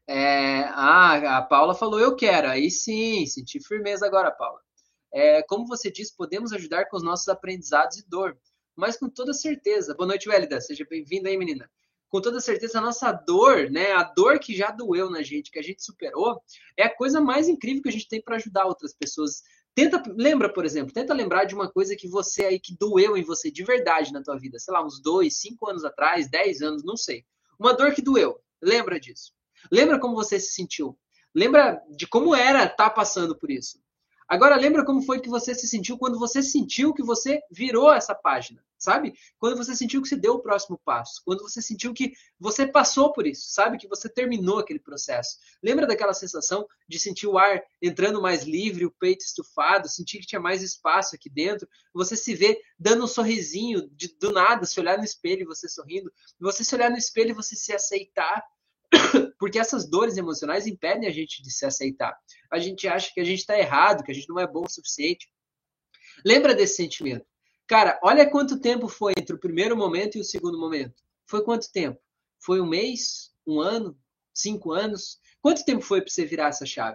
É, ah, a Paula falou, eu quero. Aí sim, senti firmeza agora, Paula. É, como você disse, podemos ajudar com os nossos aprendizados e dor, mas com toda certeza. Boa noite, Wélida. Seja bem-vinda aí, menina. Com toda certeza, a nossa dor, né? A dor que já doeu na gente, que a gente superou, é a coisa mais incrível que a gente tem para ajudar outras pessoas. Tenta, lembra, por exemplo, tenta lembrar de uma coisa que você aí que doeu em você de verdade na tua vida, sei lá, uns dois, cinco anos atrás, dez anos, não sei. Uma dor que doeu. Lembra disso. Lembra como você se sentiu. Lembra de como era estar passando por isso. Agora, lembra como foi que você se sentiu quando você sentiu que você virou essa página, sabe? Quando você sentiu que você deu o próximo passo, quando você sentiu que você passou por isso, sabe? Que você terminou aquele processo. Lembra daquela sensação de sentir o ar entrando mais livre, o peito estufado, sentir que tinha mais espaço aqui dentro, você se vê dando um sorrisinho de, do nada, se olhar no espelho e você sorrindo, você se olhar no espelho e você se aceitar, porque essas dores emocionais impedem a gente de se aceitar. A gente acha que a gente está errado, que a gente não é bom o suficiente. Lembra desse sentimento? Cara, olha quanto tempo foi entre o primeiro momento e o segundo momento. Foi quanto tempo? Foi um mês? Um ano? Cinco anos? Quanto tempo foi para você virar essa chave?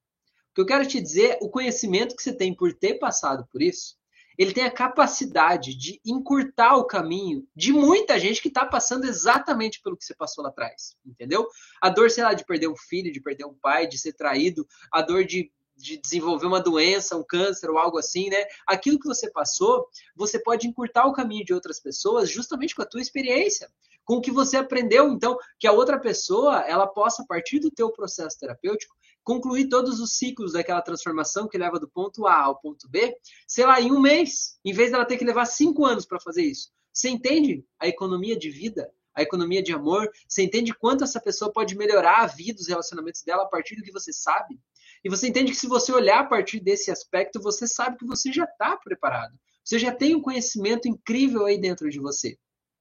O que eu quero te dizer, o conhecimento que você tem por ter passado por isso, ele tem a capacidade de encurtar o caminho de muita gente que está passando exatamente pelo que você passou lá atrás, entendeu? A dor, sei lá, de perder um filho, de perder um pai, de ser traído, a dor de, de desenvolver uma doença, um câncer ou algo assim, né? Aquilo que você passou, você pode encurtar o caminho de outras pessoas justamente com a tua experiência, com o que você aprendeu, então, que a outra pessoa, ela possa, a partir do teu processo terapêutico, concluir todos os ciclos daquela transformação que leva do ponto A ao ponto B, sei lá, em um mês, em vez dela ter que levar cinco anos para fazer isso. Você entende a economia de vida, a economia de amor? Você entende quanto essa pessoa pode melhorar a vida, os relacionamentos dela a partir do que você sabe? E você entende que se você olhar a partir desse aspecto, você sabe que você já está preparado. Você já tem um conhecimento incrível aí dentro de você.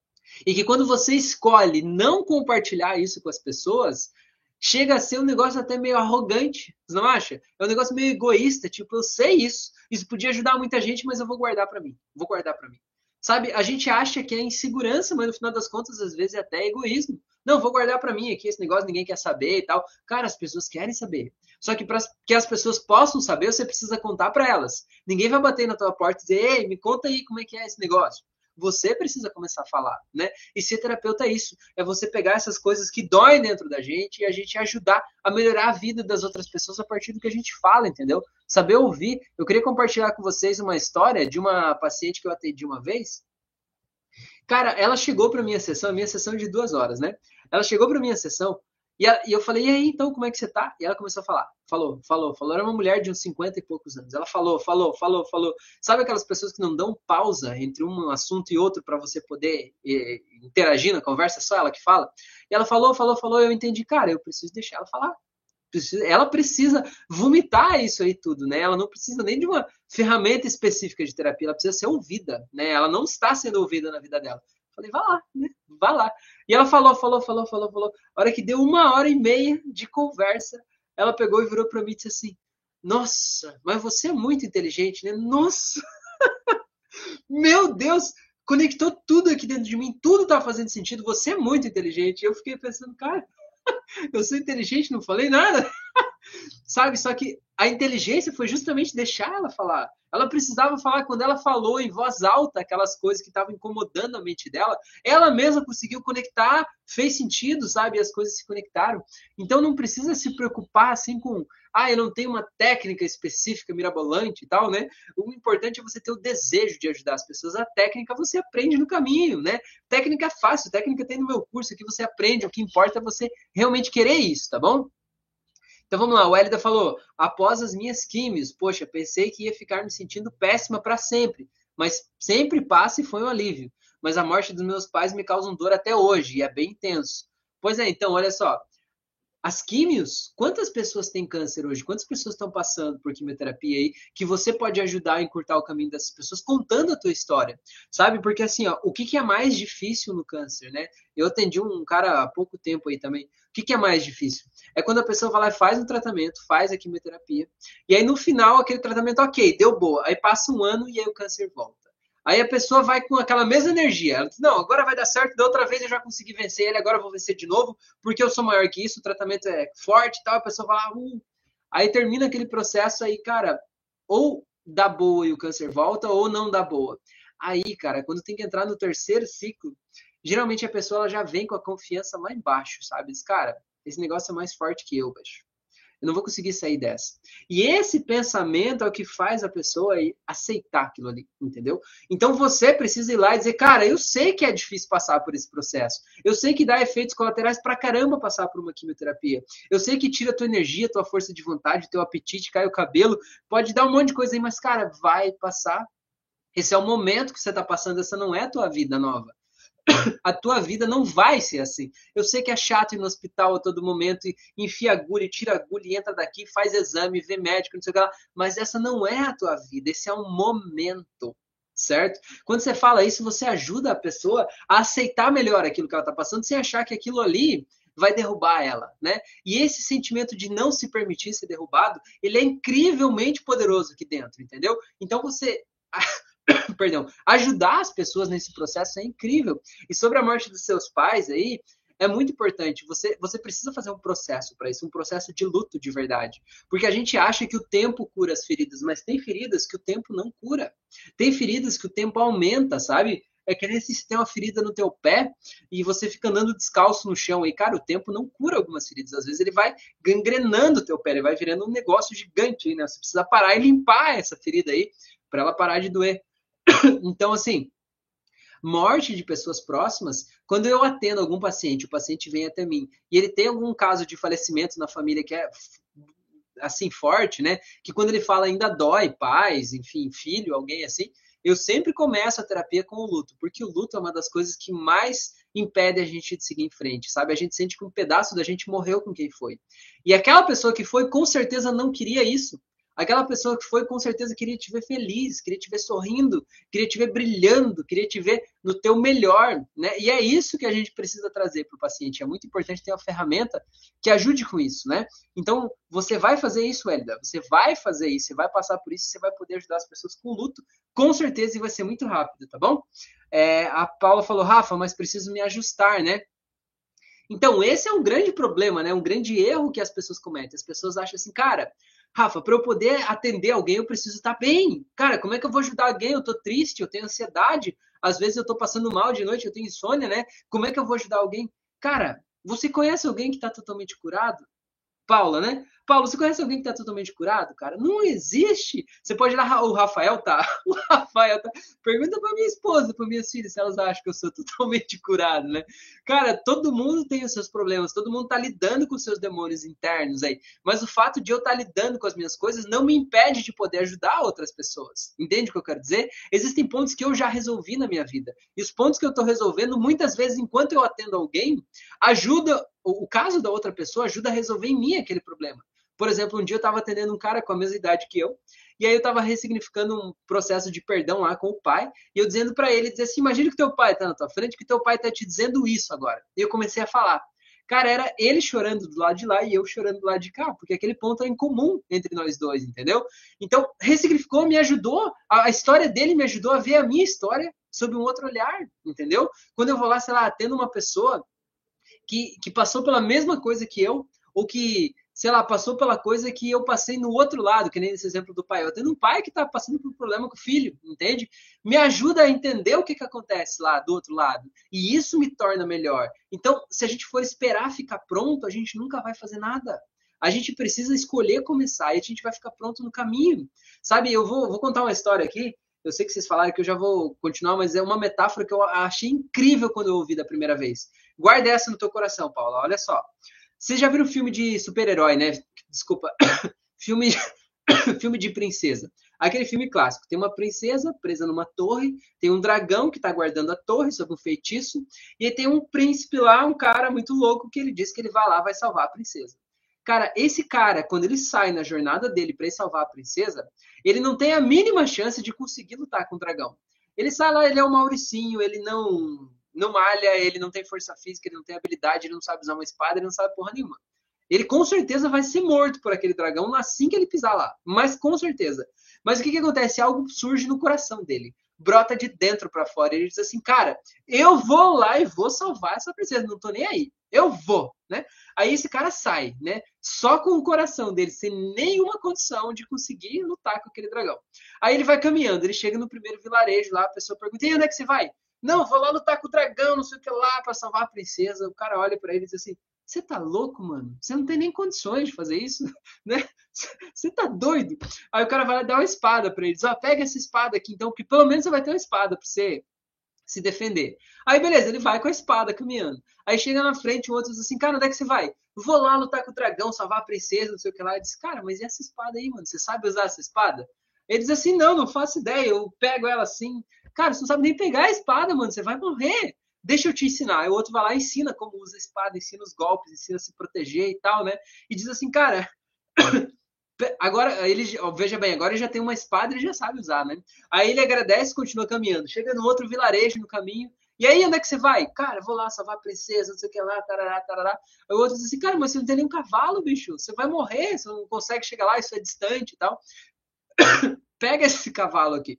E que quando você escolhe não compartilhar isso com as pessoas, chega a ser um negócio até meio arrogante, você não acha? É um negócio meio egoísta, tipo, eu sei isso, isso podia ajudar muita gente, mas eu vou guardar para mim, vou guardar para mim. Sabe, a gente acha que é insegurança, mas no final das contas, às vezes é até egoísmo. Não, vou guardar para mim aqui, esse negócio ninguém quer saber e tal. Cara, as pessoas querem saber. Só que para que as pessoas possam saber, você precisa contar para elas. Ninguém vai bater na tua porta e dizer, ei, me conta aí como é que é esse negócio. Você precisa começar a falar, né? E ser terapeuta é isso, é você pegar essas coisas que doem dentro da gente e a gente ajudar a melhorar a vida das outras pessoas a partir do que a gente fala, entendeu? Saber ouvir. Eu queria compartilhar com vocês uma história de uma paciente que eu atendi uma vez. Cara, ela chegou para minha sessão, a minha sessão é de duas horas, né? Ela chegou para minha sessão e, a, e eu falei, e aí, então, como é que você tá? E ela começou a falar, falou, falou, falou. Era uma mulher de uns cinquenta e poucos anos. Ela falou, falou, falou, falou. Sabe aquelas pessoas que não dão pausa entre um assunto e outro para você poder eh, interagir na conversa, só ela que fala? E ela falou, falou, falou, eu entendi, cara, eu preciso deixar ela falar. Ela precisa vomitar isso aí tudo, né? Ela não precisa nem de uma ferramenta específica de terapia, ela precisa ser ouvida, né? Ela não está sendo ouvida na vida dela. Falei, vá lá, né? Vá lá. E ela falou, falou, falou, falou, falou. A hora que deu uma hora e meia de conversa, ela pegou e virou para mim e disse assim: nossa, mas você é muito inteligente, né? Nossa, meu Deus, conectou tudo aqui dentro de mim, tudo tá fazendo sentido. Você é muito inteligente. E eu fiquei pensando, cara, eu sou inteligente, não falei nada. Sabe? Só que a inteligência foi justamente deixar ela falar. Ela precisava falar. Quando ela falou em voz alta aquelas coisas que estavam incomodando a mente dela, ela mesma conseguiu conectar, fez sentido, sabe? E as coisas se conectaram. Então não precisa se preocupar assim com, ah, eu não tenho uma técnica específica, mirabolante e tal, né? O importante é você ter o desejo de ajudar as pessoas. A técnica você aprende no caminho, né? Técnica é fácil, técnica tem no meu curso aqui, você aprende. O que importa é você realmente querer isso, tá bom? Então vamos lá, o Hélida falou, após as minhas químios, poxa, pensei que ia ficar me sentindo péssima para sempre, mas sempre passa e foi um alívio. Mas a morte dos meus pais me causa dor até hoje, e é bem intenso. Pois é, então, olha só, as químios, quantas pessoas têm câncer hoje? Quantas pessoas estão passando por quimioterapia aí que você pode ajudar a encurtar o caminho dessas pessoas contando a tua história, sabe? Porque assim, ó, o que, que é mais difícil no câncer, né? Eu atendi um cara há pouco tempo aí também. O que, que é mais difícil? É quando a pessoa vai lá e faz um tratamento, faz a quimioterapia, e aí no final aquele tratamento, ok, deu boa. Aí passa um ano e aí o câncer volta. Aí a pessoa vai com aquela mesma energia. Ela diz, não, agora vai dar certo, da outra vez eu já consegui vencer ele, agora eu vou vencer de novo, porque eu sou maior que isso, o tratamento é forte e tal. A pessoa vai lá, uh. Aí termina aquele processo aí, cara, ou dá boa e o câncer volta, ou não dá boa. Aí, cara, quando tem que entrar no terceiro ciclo, geralmente a pessoa ela já vem com a confiança lá embaixo, sabe? Diz, cara, esse negócio é mais forte que eu, bicho. Eu não vou conseguir sair dessa. E esse pensamento é o que faz a pessoa aceitar aquilo ali, entendeu? Então você precisa ir lá e dizer, cara, eu sei que é difícil passar por esse processo. Eu sei que dá efeitos colaterais pra caramba passar por uma quimioterapia. Eu sei que tira tua energia, tua força de vontade, teu apetite, cai o cabelo, pode dar um monte de coisa aí, mas, cara, vai passar. Esse é o momento que você tá passando, essa não é a tua vida nova. A tua vida não vai ser assim. Eu sei que é chato ir no hospital a todo momento e enfia agulha, tira agulha, e entra daqui, faz exame, vê médico, não sei o que lá. Mas essa não é a tua vida, esse é um momento, certo? Quando você fala isso, você ajuda a pessoa a aceitar melhor aquilo que ela está passando, sem achar que aquilo ali vai derrubar ela, né? E esse sentimento de não se permitir ser derrubado, ele é incrivelmente poderoso aqui dentro, entendeu? Então você perdão, ajudar as pessoas nesse processo é incrível. E sobre a morte dos seus pais aí, é muito importante. Você, você precisa fazer um processo para isso, um processo de luto de verdade. Porque a gente acha que o tempo cura as feridas, mas tem feridas que o tempo não cura. Tem feridas que o tempo aumenta, sabe? É que nem se você tem uma ferida no teu pé e você fica andando descalço no chão. E, cara, o tempo não cura algumas feridas. Às vezes ele vai gangrenando o teu pé, ele vai virando um negócio gigante, né? Você precisa parar e limpar essa ferida aí para ela parar de doer. Então, assim, morte de pessoas próximas, quando eu atendo algum paciente, o paciente vem até mim, e ele tem algum caso de falecimento na família que é assim forte, né? Que quando ele fala ainda dói, pais, enfim, filho, alguém assim, eu sempre começo a terapia com o luto, porque o luto é uma das coisas que mais impede a gente de seguir em frente, sabe? A gente sente que um pedaço da gente morreu com quem foi. E aquela pessoa que foi, com certeza não queria isso. Aquela pessoa que foi, com certeza, queria te ver feliz, queria te ver sorrindo, queria te ver brilhando, queria te ver no teu melhor, né? E é isso que a gente precisa trazer para o paciente. É muito importante ter uma ferramenta que ajude com isso, né? Então, você vai fazer isso, Hélida. Você vai fazer isso, você vai passar por isso, você vai poder ajudar as pessoas com luto, com certeza, e vai ser muito rápido, tá bom? É, a Paula falou, Rafa, mas preciso me ajustar, né? Então, esse é um grande problema, né? Um grande erro que as pessoas cometem. As pessoas acham assim, cara, Rafa, para eu poder atender alguém, eu preciso estar bem. Cara, como é que eu vou ajudar alguém? Eu tô triste, eu tenho ansiedade, às vezes eu tô passando mal de noite, eu tenho insônia, né? Como é que eu vou ajudar alguém? Cara, você conhece alguém que está totalmente curado? Paula, né? Paulo, você conhece alguém que está totalmente curado, cara? Não existe. Você pode ir lá, o Rafael tá. O Rafael tá. Pergunta para minha esposa, para minhas filhas, se elas acham que eu sou totalmente curado, né? Cara, todo mundo tem os seus problemas, todo mundo tá lidando com os seus demônios internos aí. Mas o fato de eu estar tá lidando com as minhas coisas não me impede de poder ajudar outras pessoas. Entende o que eu quero dizer? Existem pontos que eu já resolvi na minha vida. E os pontos que eu tô resolvendo, muitas vezes, enquanto eu atendo alguém, ajuda. O caso da outra pessoa ajuda a resolver em mim aquele problema. Por exemplo, um dia eu estava atendendo um cara com a mesma idade que eu, e aí eu estava ressignificando um processo de perdão lá com o pai, e eu dizendo para ele, dizer assim, imagina que teu pai está na tua frente, que teu pai está te dizendo isso agora. E eu comecei a falar. Cara, era ele chorando do lado de lá e eu chorando do lado de cá, porque aquele ponto é em comum entre nós dois, entendeu? Então, ressignificou, me ajudou, a história dele me ajudou a ver a minha história sob um outro olhar, entendeu? Quando eu vou lá, sei lá, atendo uma pessoa Que, que passou pela mesma coisa que eu, ou que, sei lá, passou pela coisa que eu passei no outro lado, que nem esse exemplo do pai. Eu tenho um pai que está passando por um problema com o filho, entende? Me ajuda a entender o que, que acontece lá do outro lado. E isso me torna melhor. Então, se a gente for esperar ficar pronto, a gente nunca vai fazer nada. A gente precisa escolher começar e a gente vai ficar pronto no caminho. Sabe, eu vou, vou contar uma história aqui. Eu sei que vocês falaram que eu já vou continuar, mas é uma metáfora que eu achei incrível quando eu ouvi da primeira vez. Guarda essa no teu coração, Paula. Olha só. Vocês já viram filme de super-herói, né? Desculpa. filme, filme de princesa. Aquele filme clássico. Tem uma princesa presa numa torre, tem um dragão que está guardando a torre sob um feitiço, e tem um príncipe lá, um cara muito louco, que ele diz que ele vai lá, vai salvar a princesa. Cara, esse cara, quando ele sai na jornada dele para ir salvar a princesa, ele não tem a mínima chance de conseguir lutar com o dragão. Ele sai lá, ele é um mauricinho, ele não, não malha, ele não tem força física, ele não tem habilidade, ele não sabe usar uma espada, ele não sabe porra nenhuma. Ele com certeza vai ser morto por aquele dragão assim que ele pisar lá. Mas com certeza. Mas o que, que acontece? Algo surge no coração dele. brota de dentro para fora. Ele diz assim, cara, eu vou lá e vou salvar essa princesa, não tô nem aí. Eu vou, né? Aí esse cara sai, né? Só com o coração dele, sem nenhuma condição de conseguir lutar com aquele dragão. Aí ele vai caminhando, ele chega no primeiro vilarejo lá, a pessoa pergunta, e onde é que você vai? Não, vou lá lutar com o dragão, não sei o que lá, para salvar a princesa. O cara olha para ele e diz assim, você tá louco, mano? Você não tem nem condições de fazer isso, né? Você tá doido? Aí o cara vai lá dar uma espada para ele, diz, ó, pega essa espada aqui então, porque pelo menos você vai ter uma espada para você se defender. Aí, beleza, ele vai com a espada caminhando. Aí chega na frente, o outro diz assim, cara, onde é que você vai? Vou lá lutar com o dragão, salvar a princesa, não sei o que lá. Ele diz, cara, mas e essa espada aí, mano? Você sabe usar essa espada? Ele diz assim, não, não faço ideia, eu pego ela assim. Cara, você não sabe nem pegar a espada, mano, você vai morrer. Deixa eu te ensinar. Aí o outro vai lá e ensina como usa a espada, ensina os golpes, ensina a se proteger e tal, né? E diz assim, cara, agora, ele, veja bem, agora ele já tem uma espada e ele já sabe usar, né? Aí ele agradece e continua caminhando. Chega no outro vilarejo no caminho. E aí, onde é que você vai? Cara, vou lá salvar a princesa, não sei o que lá, tarará, tarará. Aí o outro diz assim, cara, mas você não tem nem um cavalo, bicho. Você vai morrer, você não consegue chegar lá, isso é distante e tal. Pega esse cavalo aqui.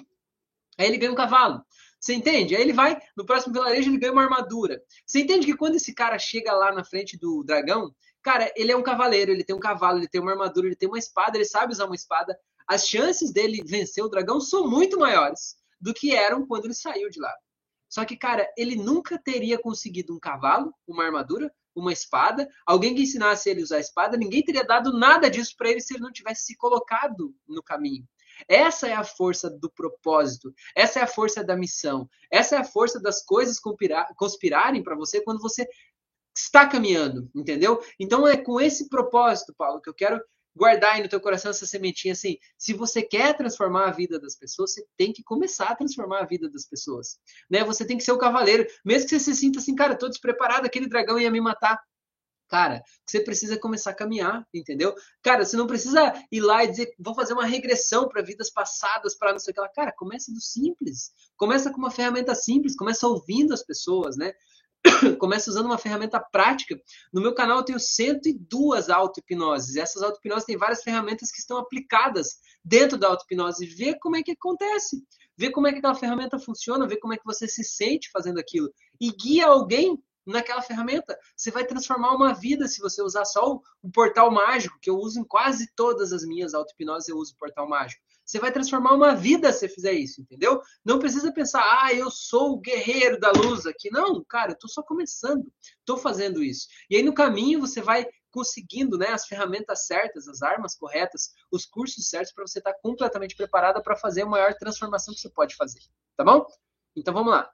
Aí ele ganha um cavalo. Você entende? Aí ele vai, no próximo vilarejo, ele ganha uma armadura. Você entende que quando esse cara chega lá na frente do dragão, cara, ele é um cavaleiro, ele tem um cavalo, ele tem uma armadura, ele tem uma espada, ele sabe usar uma espada. As chances dele vencer o dragão são muito maiores do que eram quando ele saiu de lá. Só que, cara, ele nunca teria conseguido um cavalo, uma armadura, uma espada, alguém que ensinasse ele a usar a espada, ninguém teria dado nada disso para ele se ele não tivesse se colocado no caminho. Essa é a força do propósito, essa é a força da missão, essa é a força das coisas conspirarem para você quando você está caminhando, entendeu? Então é com esse propósito, Paulo, que eu quero guardar aí no teu coração essa sementinha assim. Se você quer transformar a vida das pessoas, você tem que começar a transformar a vida das pessoas, né? Você tem que ser o cavaleiro, mesmo que você se sinta assim, cara, tô despreparado, aquele dragão ia me matar. Cara, você precisa começar a caminhar, entendeu? Cara, você não precisa ir lá e dizer, vou fazer uma regressão para vidas passadas, para não sei o que lá. Cara, começa do simples. Começa com uma ferramenta simples, começa ouvindo as pessoas, né? Começa usando uma ferramenta prática. No meu canal eu tenho cento e duas auto-hipnoses. Essas auto-hipnoses têm várias ferramentas que estão aplicadas dentro da auto-hipnose. Vê como é que acontece. Vê como é que aquela ferramenta funciona, vê como é que você se sente fazendo aquilo. E guia alguém naquela ferramenta. Você vai transformar uma vida se você usar só o, o portal mágico, que eu uso em quase todas as minhas auto-hipnoses, eu uso o portal mágico. Você vai transformar uma vida se você fizer isso, entendeu? Não precisa pensar, ah, eu sou o guerreiro da luz aqui. Não, cara, eu tô só começando, tô fazendo isso. E aí no caminho você vai conseguindo, né, as ferramentas certas, as armas corretas, os cursos certos para você estar completamente preparada para fazer a maior transformação que você pode fazer, tá bom? Então vamos lá.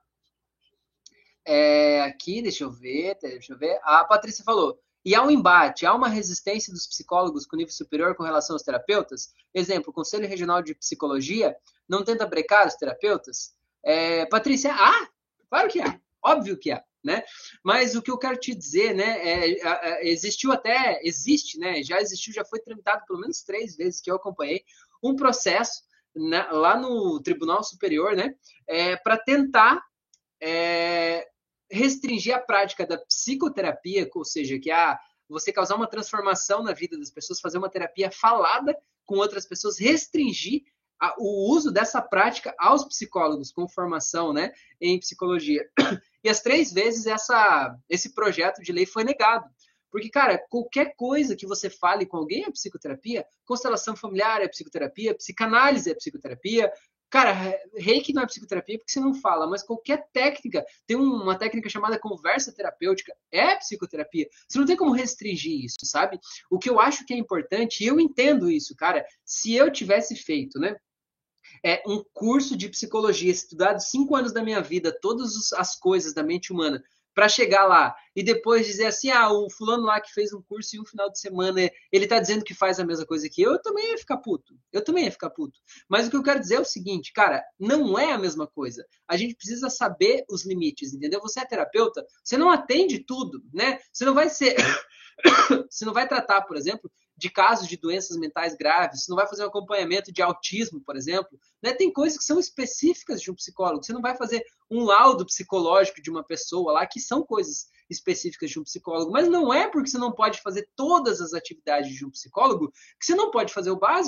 É, aqui, deixa eu ver, deixa eu ver. A Patrícia falou, e há um embate, há uma resistência dos psicólogos com nível superior com relação aos terapeutas? Exemplo, o Conselho Regional de Psicologia não tenta brecar os terapeutas? É, Patrícia, ah, claro que há, óbvio que há, né? Mas o que eu quero te dizer, né, é, é, existiu até, existe, né, já existiu, já foi tramitado pelo menos três vezes que eu acompanhei, um processo na, lá no Tribunal Superior, né, é, para tentar é, restringir a prática da psicoterapia, ou seja, que é você causar uma transformação na vida das pessoas, fazer uma terapia falada com outras pessoas, restringir a, o uso dessa prática aos psicólogos com formação, né, em psicologia. E as três vezes essa, esse projeto de lei foi negado. Porque, cara, qualquer coisa que você fale com alguém é psicoterapia, constelação familiar é psicoterapia, psicanálise é psicoterapia. Cara, reiki não é psicoterapia porque você não fala, mas qualquer técnica, tem uma técnica chamada conversa terapêutica, é psicoterapia. Você não tem como restringir isso, sabe? O que eu acho que é importante, e eu entendo isso, cara, se eu tivesse feito, né, é um curso de psicologia, estudado cinco anos da minha vida, todas as coisas da mente humana, para chegar lá e depois dizer assim, ah, o fulano lá que fez um curso em um final de semana, ele tá dizendo que faz a mesma coisa que eu, eu também ia ficar puto. Eu também ia ficar puto. Mas o que eu quero dizer é o seguinte, cara, não é a mesma coisa. A gente precisa saber os limites, entendeu? Você é terapeuta, você não atende tudo, né? Você não vai ser... você não vai tratar, por exemplo, de casos de doenças mentais graves, você não vai fazer um acompanhamento de autismo, por exemplo, né? Tem coisas que são específicas de um psicólogo, você não vai fazer um laudo psicológico de uma pessoa lá, que são coisas específicas de um psicólogo, mas não é porque você não pode fazer todas as atividades de um psicólogo que você não pode fazer o básico.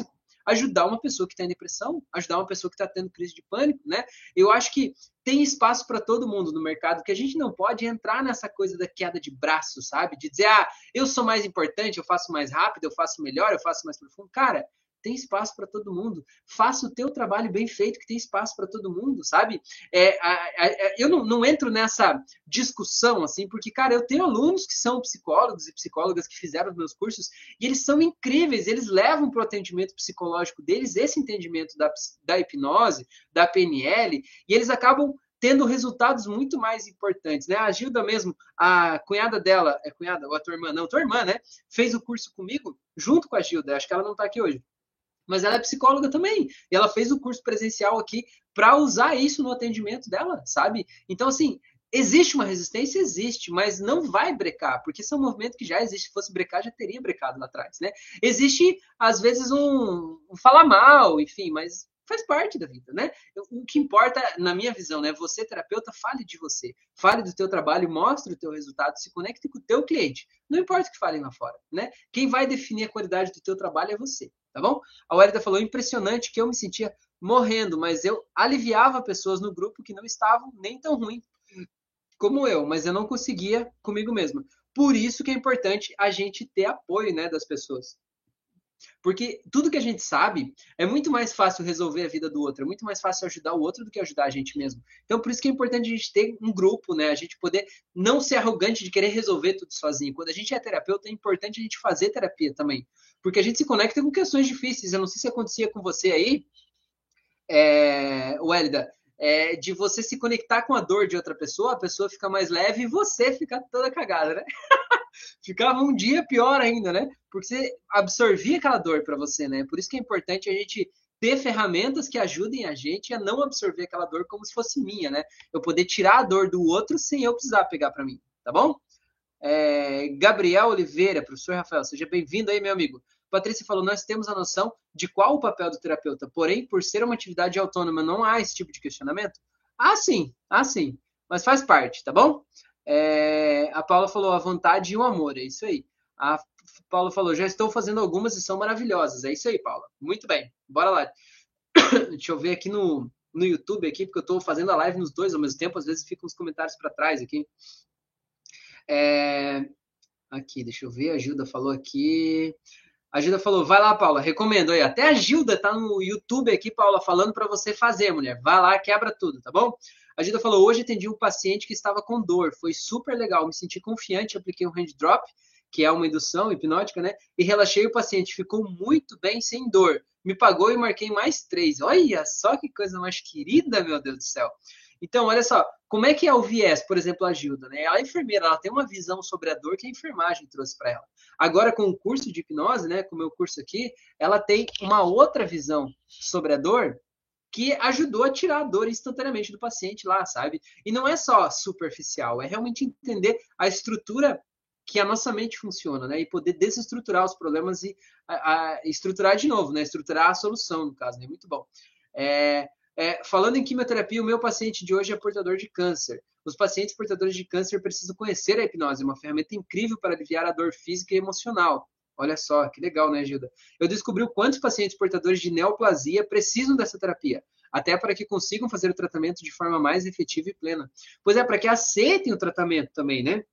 ajudar uma pessoa que está em depressão, ajudar uma pessoa que está tendo crise de pânico, né? Eu acho que tem espaço para todo mundo no mercado, que a gente não pode entrar nessa coisa da queda de braço, sabe? De dizer, ah, eu sou mais importante, eu faço mais rápido, eu faço melhor, eu faço mais profundo. Cara, tem espaço para todo mundo. Faça o teu trabalho bem feito, que tem espaço para todo mundo, sabe? É, a, a, a, eu não, não entro nessa discussão, assim, porque, cara, eu tenho alunos que são psicólogos e psicólogas que fizeram os meus cursos e eles são incríveis, eles levam para o atendimento psicológico deles esse entendimento da, da hipnose, da P N L, e eles acabam tendo resultados muito mais importantes, né? A Gilda mesmo, a cunhada dela, é cunhada ou a tua irmã? Não, tua irmã, né? Fez o curso comigo, junto com a Gilda, acho que ela não está aqui hoje. Mas ela é psicóloga também. E ela fez o curso presencial aqui para usar isso no atendimento dela, sabe? Então, assim, existe uma resistência? Existe, mas não vai brecar, porque esse é um movimento que já existe. Se fosse brecar, já teria brecado lá atrás, né? Existe, às vezes, um, um falar mal, enfim, mas faz parte da vida, né? O que importa, na minha visão, né? Você, terapeuta, fale de você. Fale do teu trabalho, mostre o teu resultado, se conecte com o teu cliente. Não importa o que falem lá fora, né? Quem vai definir a qualidade do teu trabalho é você, tá bom? A Wélida falou, impressionante que eu me sentia morrendo, mas eu aliviava pessoas no grupo que não estavam nem tão ruim como eu, mas eu não conseguia comigo mesma. Por isso que é importante a gente ter apoio, né, das pessoas. Porque tudo que a gente sabe é muito mais fácil resolver a vida do outro, é muito mais fácil ajudar o outro do que ajudar a gente mesmo. Então, por isso que é importante a gente ter um grupo, né? A gente poder não ser arrogante de querer resolver tudo sozinho. Quando a gente é terapeuta, é importante a gente fazer terapia também. Porque a gente se conecta com questões difíceis. Eu não sei se acontecia com você aí, é, Wélida, é, de você se conectar com a dor de outra pessoa, a pessoa fica mais leve e você fica toda cagada, né? Ficava um dia pior ainda, né? Porque você absorvia aquela dor para você, né? Por isso que é importante a gente ter ferramentas que ajudem a gente a não absorver aquela dor como se fosse minha, né? Eu poder tirar a dor do outro sem eu precisar pegar para mim, tá bom? É, Gabriel Oliveira, professor Rafael, seja bem-vindo aí, meu amigo. Patrícia falou, nós temos a noção de qual o papel do terapeuta, porém, por ser uma atividade autônoma, não há esse tipo de questionamento? Ah, sim, ah, sim, mas faz parte, tá bom? É, a Paula falou, a vontade e o amor, é isso aí. A Paula falou, já estou fazendo algumas e são maravilhosas, é isso aí, Paula. Muito bem, bora lá. Deixa eu ver aqui no, no YouTube, aqui, porque eu estou fazendo a live nos dois ao mesmo tempo, às vezes ficam os comentários para trás aqui. É, aqui, deixa eu ver, a Gilda falou aqui... A Gilda falou, vai lá, Paula, recomendo. Aí, até a Gilda tá no YouTube aqui, Paula, falando para você fazer, mulher. Vai lá, quebra tudo, tá bom? A Gilda falou, hoje atendi um paciente que estava com dor. Foi super legal, me senti confiante, apliquei um hand drop, que é uma indução hipnótica, né? E relaxei o paciente, ficou muito bem, sem dor. Me pagou e marquei mais três. Olha só que coisa mais querida, meu Deus do céu. Então, olha só, como é que é o viés, por exemplo, a Gilda, né? Ela é enfermeira, ela tem uma visão sobre a dor que a enfermagem trouxe para ela. Agora, com o curso de hipnose, né, com o meu curso aqui, ela tem uma outra visão sobre a dor que ajudou a tirar a dor instantaneamente do paciente lá, sabe? E não é só superficial, é realmente entender a estrutura que a nossa mente funciona, né? E poder desestruturar os problemas e a, a, estruturar de novo, né? Estruturar a solução, no caso, né? Muito bom. É... É, falando em quimioterapia, o meu paciente de hoje é portador de câncer. Os pacientes portadores de câncer precisam conhecer a hipnose, uma ferramenta incrível para aliviar a dor física e emocional. Olha só, que legal, né, Gilda? Eu descobri o quantos pacientes portadores de neoplasia precisam dessa terapia, até para que consigam fazer o tratamento de forma mais efetiva e plena. Pois é, para que aceitem o tratamento também, né?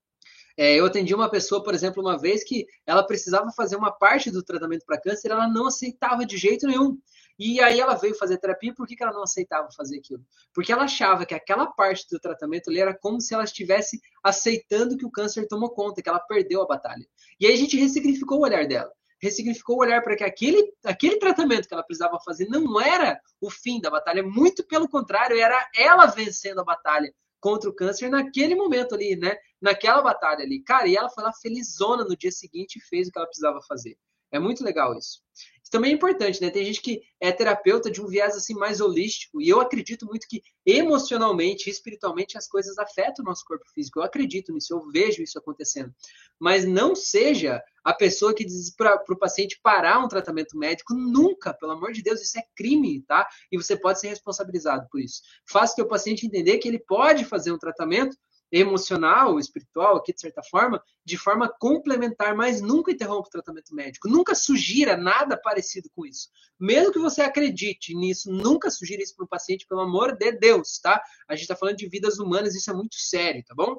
É, eu atendi uma pessoa, por exemplo, uma vez que ela precisava fazer uma parte do tratamento para câncer, ela não aceitava de jeito nenhum. E aí ela veio fazer terapia, por que, que ela não aceitava fazer aquilo? Porque ela achava que aquela parte do tratamento ali era como se ela estivesse aceitando que o câncer tomou conta, que ela perdeu a batalha. E aí a gente ressignificou o olhar dela. Ressignificou o olhar para que aquele, aquele tratamento que ela precisava fazer não era o fim da batalha, muito pelo contrário, era ela vencendo a batalha contra o câncer naquele momento ali, né? Naquela batalha ali. Cara, e ela foi lá felizona no dia seguinte e fez o que ela precisava fazer. É muito legal isso. Isso também é importante, né? Tem gente que é terapeuta de um viés assim mais holístico, e eu acredito muito que emocionalmente, espiritualmente, as coisas afetam o nosso corpo físico. Eu acredito nisso, eu vejo isso acontecendo. Mas não seja a pessoa que diz para o paciente parar um tratamento médico, nunca, pelo amor de Deus, isso é crime, tá? E você pode ser responsabilizado por isso. Faça o teu paciente entender que ele pode fazer um tratamento emocional, espiritual, aqui de certa forma, de forma complementar, mas nunca interrompa o tratamento médico. Nunca sugira nada parecido com isso. Mesmo que você acredite nisso, nunca sugira isso para o paciente, pelo amor de Deus, tá? A gente está falando de vidas humanas, isso é muito sério, tá bom?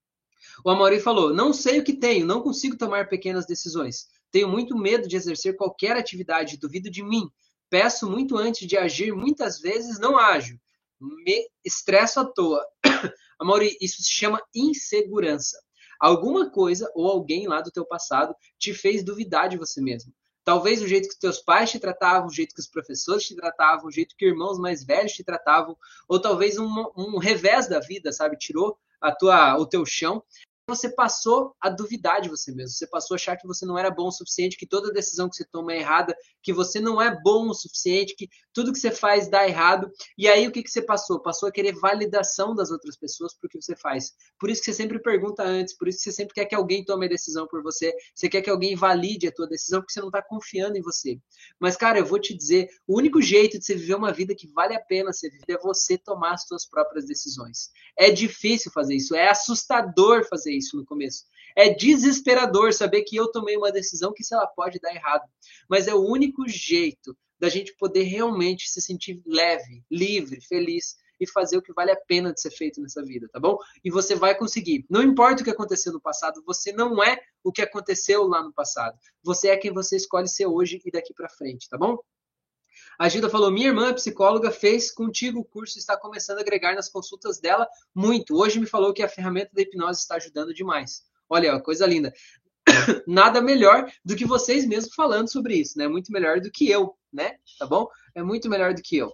O Amaury falou, não sei o que tenho, não consigo tomar pequenas decisões. Tenho muito medo de exercer qualquer atividade, duvido de mim. Peço muito antes de agir, muitas vezes não ajo. Me estresso à toa. Amaury, isso se chama insegurança. Alguma coisa ou alguém lá do teu passado te fez duvidar de você mesmo. Talvez o jeito que teus pais te tratavam, o jeito que os professores te tratavam, o jeito que irmãos mais velhos te tratavam, ou talvez um, um revés da vida, sabe? Tirou a tua, o teu chão. Você passou a duvidar de você mesmo. Você passou a achar que você não era bom o suficiente, que toda decisão que você toma é errada, que você não é bom o suficiente, que tudo que você faz dá errado. E aí o que, que você passou? Passou a querer validação das outras pessoas por que você faz. Por isso que você sempre pergunta antes, por isso que você sempre quer que alguém tome a decisão por você. Você quer que alguém valide a tua decisão, porque você não está confiando em você. Mas, cara, eu vou te dizer, o único jeito de você viver uma vida que vale a pena você viver é você tomar as suas próprias decisões. É difícil fazer isso, é assustador fazer isso no começo. É desesperador saber que eu tomei uma decisão que se ela pode dar errado. Mas é o único jeito da gente poder realmente se sentir leve, livre, feliz e fazer o que vale a pena de ser feito nessa vida, tá bom? E você vai conseguir. Não importa o que aconteceu no passado, você não é o que aconteceu lá no passado. Você é quem você escolhe ser hoje e daqui para frente, tá bom? A Gilda falou, minha irmã, psicóloga, fez contigo o curso e está começando a agregar nas consultas dela muito. Hoje me falou que a ferramenta da hipnose está ajudando demais. Olha, coisa linda. Nada melhor do que vocês mesmos falando sobre isso, né? Muito melhor do que eu, né? Tá bom? É muito melhor do que eu.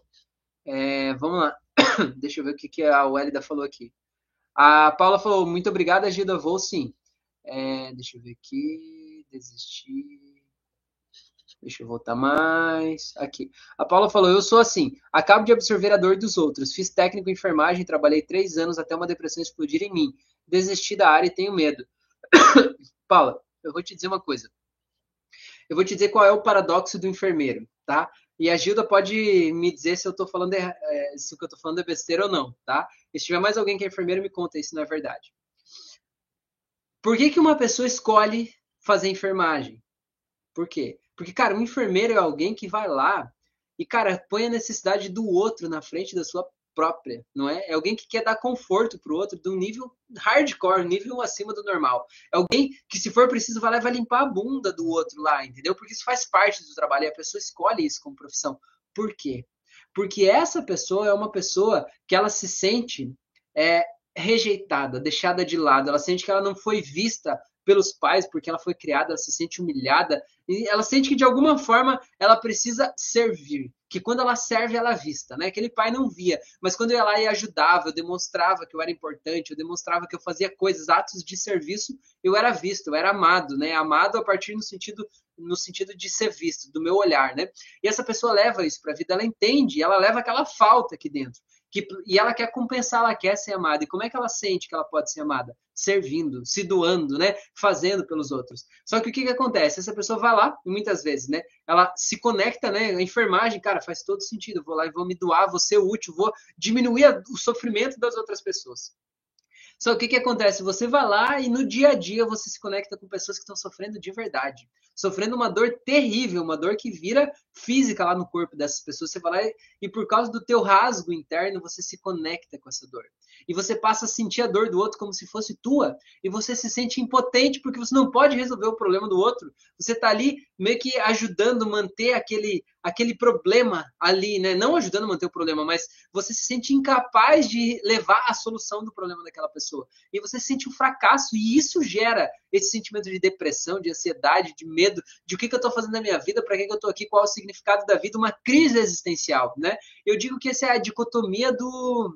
É, vamos lá. Deixa eu ver o que, que a Wélida falou aqui. A Paula falou, muito obrigada, Gilda, vou sim. É, deixa eu ver aqui. Desistir. Deixa eu voltar mais. Aqui. A Paula falou, eu sou assim, acabo de absorver a dor dos outros. Fiz técnico em enfermagem, trabalhei três anos até uma depressão explodir em mim. Desisti da área e tenho medo. Paula, eu vou te dizer uma coisa. Eu vou te dizer qual é o paradoxo do enfermeiro, tá? E a Gilda pode me dizer se eu tô falando é, se o que eu tô falando é besteira ou não, tá? E se tiver mais alguém que é enfermeiro, me conta isso, não é verdade. Por que que uma pessoa escolhe fazer enfermagem? Por quê? Porque, cara, um enfermeiro é alguém que vai lá e, cara, põe a necessidade do outro na frente da sua própria, não é? É alguém que quer dar conforto pro outro de um nível hardcore, um nível acima do normal. É alguém que, se for preciso, vai lá e vai limpar a bunda do outro lá, entendeu? Porque isso faz parte do trabalho e a pessoa escolhe isso como profissão. Por quê? Porque essa pessoa é uma pessoa que ela se sente é, rejeitada, deixada de lado, ela sente que ela não foi vista pelos pais, porque ela foi criada, ela se sente humilhada, e ela sente que de alguma forma ela precisa servir, que quando ela serve, ela é vista, né? Aquele pai não via, mas quando eu ia lá e ajudava, eu demonstrava que eu era importante, eu demonstrava que eu fazia coisas, atos de serviço, eu era visto, eu era amado, né? Amado a partir no sentido no sentido de ser visto, do meu olhar, né? E essa pessoa leva isso para a vida, ela entende, ela leva aquela falta aqui dentro. Que, e ela quer compensar, ela quer ser amada. E como é que ela sente que ela pode ser amada? Servindo, se doando, né? Fazendo pelos outros. Só que o que, que acontece? Essa pessoa vai lá, e muitas vezes, né? Ela se conecta, né? A enfermagem, cara, faz todo sentido. Eu vou lá e vou me doar, vou ser útil, vou diminuir a, o sofrimento das outras pessoas. Só que o que, que acontece? Você vai lá e no dia a dia você se conecta com pessoas que estão sofrendo de verdade. Sofrendo uma dor terrível, uma dor que vira física lá no corpo dessas pessoas. Você vai lá e, e por causa do teu rasgo interno, você se conecta com essa dor. E você passa a sentir a dor do outro como se fosse tua. E você se sente impotente porque você não pode resolver o problema do outro. Você está ali meio que ajudando a manter aquele, aquele problema ali, né? Não ajudando a manter o problema, mas você se sente incapaz de levar a solução do problema daquela pessoa. E você sente um fracasso, e isso gera esse sentimento de depressão, de ansiedade, de medo, de o que, que eu estou fazendo na minha vida, para que, que eu estou aqui, qual é o significado da vida, uma crise existencial, né? Eu digo que essa é a dicotomia do...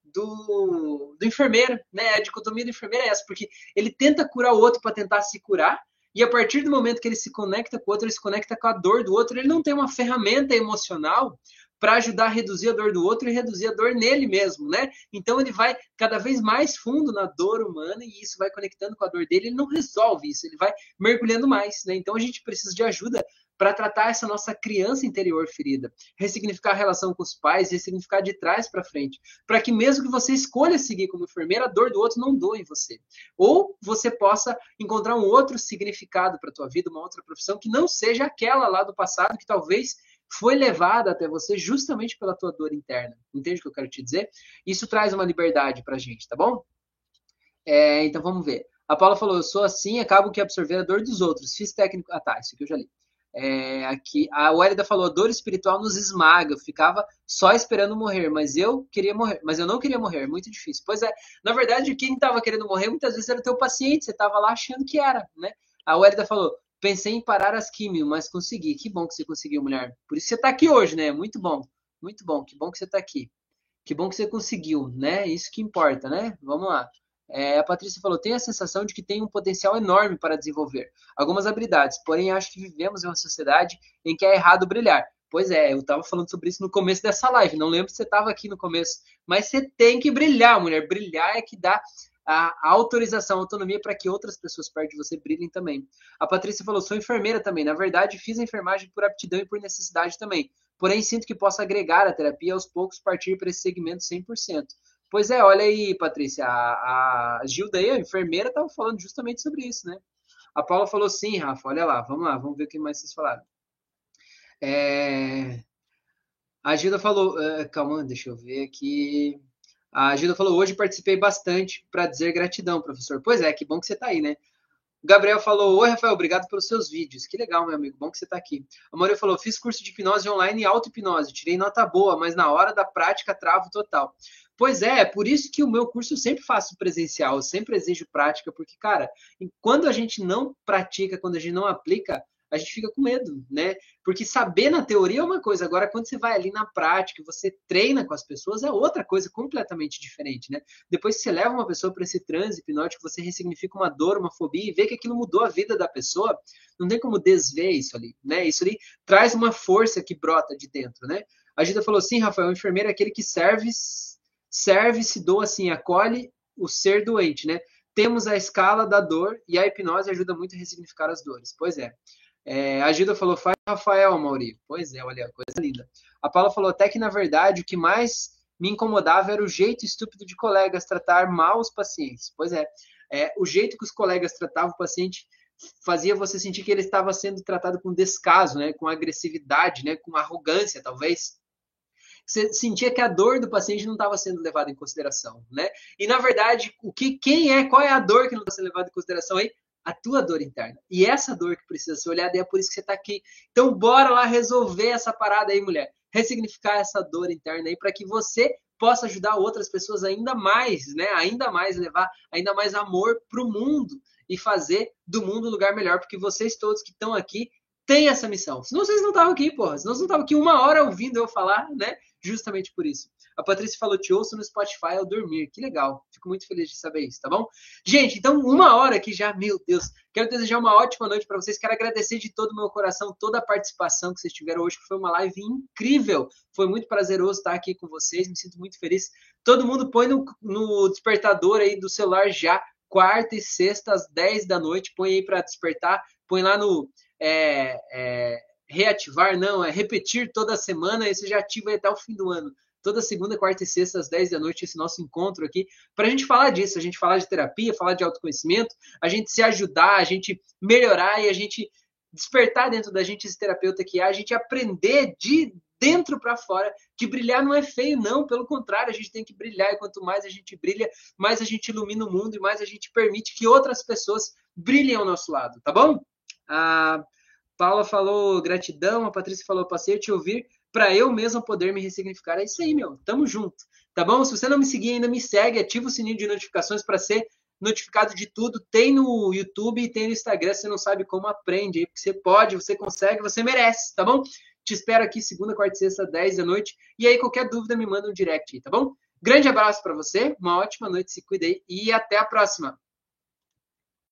Do, do enfermeiro, né? A dicotomia do enfermeiro é essa, porque ele tenta curar o outro para tentar se curar, e a partir do momento que ele se conecta com o outro, ele se conecta com a dor do outro, ele não tem uma ferramenta emocional para ajudar a reduzir a dor do outro e reduzir a dor nele mesmo, né? Então ele vai cada vez mais fundo na dor humana e isso vai conectando com a dor dele, ele não resolve isso, ele vai mergulhando mais, né? Então a gente precisa de ajuda para tratar essa nossa criança interior ferida, ressignificar a relação com os pais, ressignificar de trás para frente, para que mesmo que você escolha seguir como enfermeira, a dor do outro não doa em você. Ou você possa encontrar um outro significado para a tua vida, uma outra profissão que não seja aquela lá do passado que talvez foi levada até você justamente pela tua dor interna. Entende o que eu quero te dizer? Isso traz uma liberdade para a gente, tá bom? É, então vamos ver. A Paula falou, eu sou assim, acabo que absorver a dor dos outros. Fiz técnico... Ah, tá, isso aqui eu já li. É, aqui, a Wélida falou, a dor espiritual nos esmaga, eu ficava só esperando morrer, mas eu queria morrer, mas eu não queria morrer, muito difícil. Pois é, na verdade, quem estava querendo morrer muitas vezes era o teu paciente, você estava lá achando que era, né? A Wélida falou, pensei em parar as químio, mas consegui. Que bom que você conseguiu, mulher. Por isso você está aqui hoje, né? Muito bom, muito bom, que bom que você está aqui. Que bom que você conseguiu, né? Isso que importa, né? Vamos lá. É, a Patrícia falou, tenho a sensação de que tem um potencial enorme para desenvolver algumas habilidades, porém acho que vivemos em uma sociedade em que é errado brilhar. Pois é, eu estava falando sobre isso no começo dessa live, não lembro se você estava aqui no começo, mas você tem que brilhar, mulher. Brilhar é que dá a autorização, a autonomia para que outras pessoas perto de você brilhem também. A Patrícia falou, sou enfermeira também, na verdade fiz a enfermagem por aptidão e por necessidade também, porém sinto que posso agregar a terapia e aos poucos partir para esse segmento cem por cento. Pois é, olha aí, Patrícia, a, a Gilda aí, a enfermeira, estava falando justamente sobre isso, né? A Paula falou sim, Rafa, olha lá, vamos lá, vamos ver o que mais vocês falaram. É... A Gilda falou, uh, calma, deixa eu ver aqui. A Gilda falou, hoje participei bastante para dizer gratidão, professor. Pois é, que bom que você está aí, né? O Gabriel falou, oi, Rafael, obrigado pelos seus vídeos. Que legal, meu amigo, bom que você está aqui. A Maria falou, fiz curso de hipnose online e auto-hipnose, tirei nota boa, mas na hora da prática travo total. Pois é, é por isso que o meu curso eu sempre faço presencial, eu sempre exijo prática, porque, cara, quando a gente não pratica, quando a gente não aplica, a gente fica com medo, né? Porque saber na teoria é uma coisa, agora quando você vai ali na prática, você treina com as pessoas, é outra coisa completamente diferente, né? Depois que você leva uma pessoa para esse transe hipnótico, você ressignifica uma dor, uma fobia e vê que aquilo mudou a vida da pessoa, não tem como desver isso ali, né? Isso ali traz uma força que brota de dentro, né? A Gita falou assim, Rafael, o enfermeiro é aquele que serve, serve, se doa assim, acolhe o ser doente, né? Temos a escala da dor e a hipnose ajuda muito a ressignificar as dores. Pois é. É, a Gilda falou, faz Rafael, Mauri. Pois é, olha, coisa linda. A Paula falou, até que na verdade o que mais me incomodava era o jeito estúpido de colegas tratar mal os pacientes. Pois é, é o jeito que os colegas tratavam o paciente fazia você sentir que ele estava sendo tratado com descaso, né, com agressividade, né, com arrogância, talvez. Você sentia que a dor do paciente não estava sendo levada em consideração, né? E na verdade, o que, quem é, qual é a dor que não está sendo levada em consideração aí? A tua dor interna. E essa dor que precisa ser olhada, e é por isso que você está aqui. Então, bora lá resolver essa parada aí, mulher. Ressignificar essa dor interna aí para que você possa ajudar outras pessoas ainda mais, né? Ainda mais, levar ainda mais amor para o mundo e fazer do mundo um lugar melhor, porque vocês todos que estão aqui têm essa missão. Senão vocês não estavam aqui, porra. Senão vocês não estavam aqui uma hora ouvindo eu falar, né? Justamente por isso. A Patrícia falou, te ouço no Spotify ao dormir. Que legal. Fico muito feliz de saber isso, tá bom? Gente, então uma hora aqui já, meu Deus. Quero desejar uma ótima noite para vocês. Quero agradecer de todo o meu coração toda a participação que vocês tiveram hoje, que foi uma live incrível. Foi muito prazeroso estar aqui com vocês. Me sinto muito feliz. Todo mundo põe no, no despertador aí do celular já, quarta e sexta às dez da noite. Põe aí para despertar. Põe lá no... É, é, reativar, não, é repetir toda semana, e você já ativa aí até o fim do ano. Toda segunda, quarta e sexta, às dez da noite, esse nosso encontro aqui, para a gente falar disso, a gente falar de terapia, falar de autoconhecimento, a gente se ajudar, a gente melhorar e a gente despertar dentro da gente esse terapeuta que é, a gente aprender de dentro para fora, que brilhar não é feio, não, pelo contrário, a gente tem que brilhar, e quanto mais a gente brilha, mais a gente ilumina o mundo e mais a gente permite que outras pessoas brilhem ao nosso lado, tá bom? Ah... Paula falou gratidão, a Patrícia falou passei a te ouvir para eu mesma poder me ressignificar. É isso aí, meu. Tamo junto. Tá bom? Se você não me seguir ainda, me segue, ativa o sininho de notificações para ser notificado de tudo. Tem no YouTube e tem no Instagram. Você não sabe como, aprende aí, porque você pode, você consegue, você merece, tá bom? Te espero aqui segunda, quarta e sexta, dez da noite. E aí, qualquer dúvida, me manda um direct aí, tá bom? Grande abraço para você, uma ótima noite, se cuida aí e até a próxima.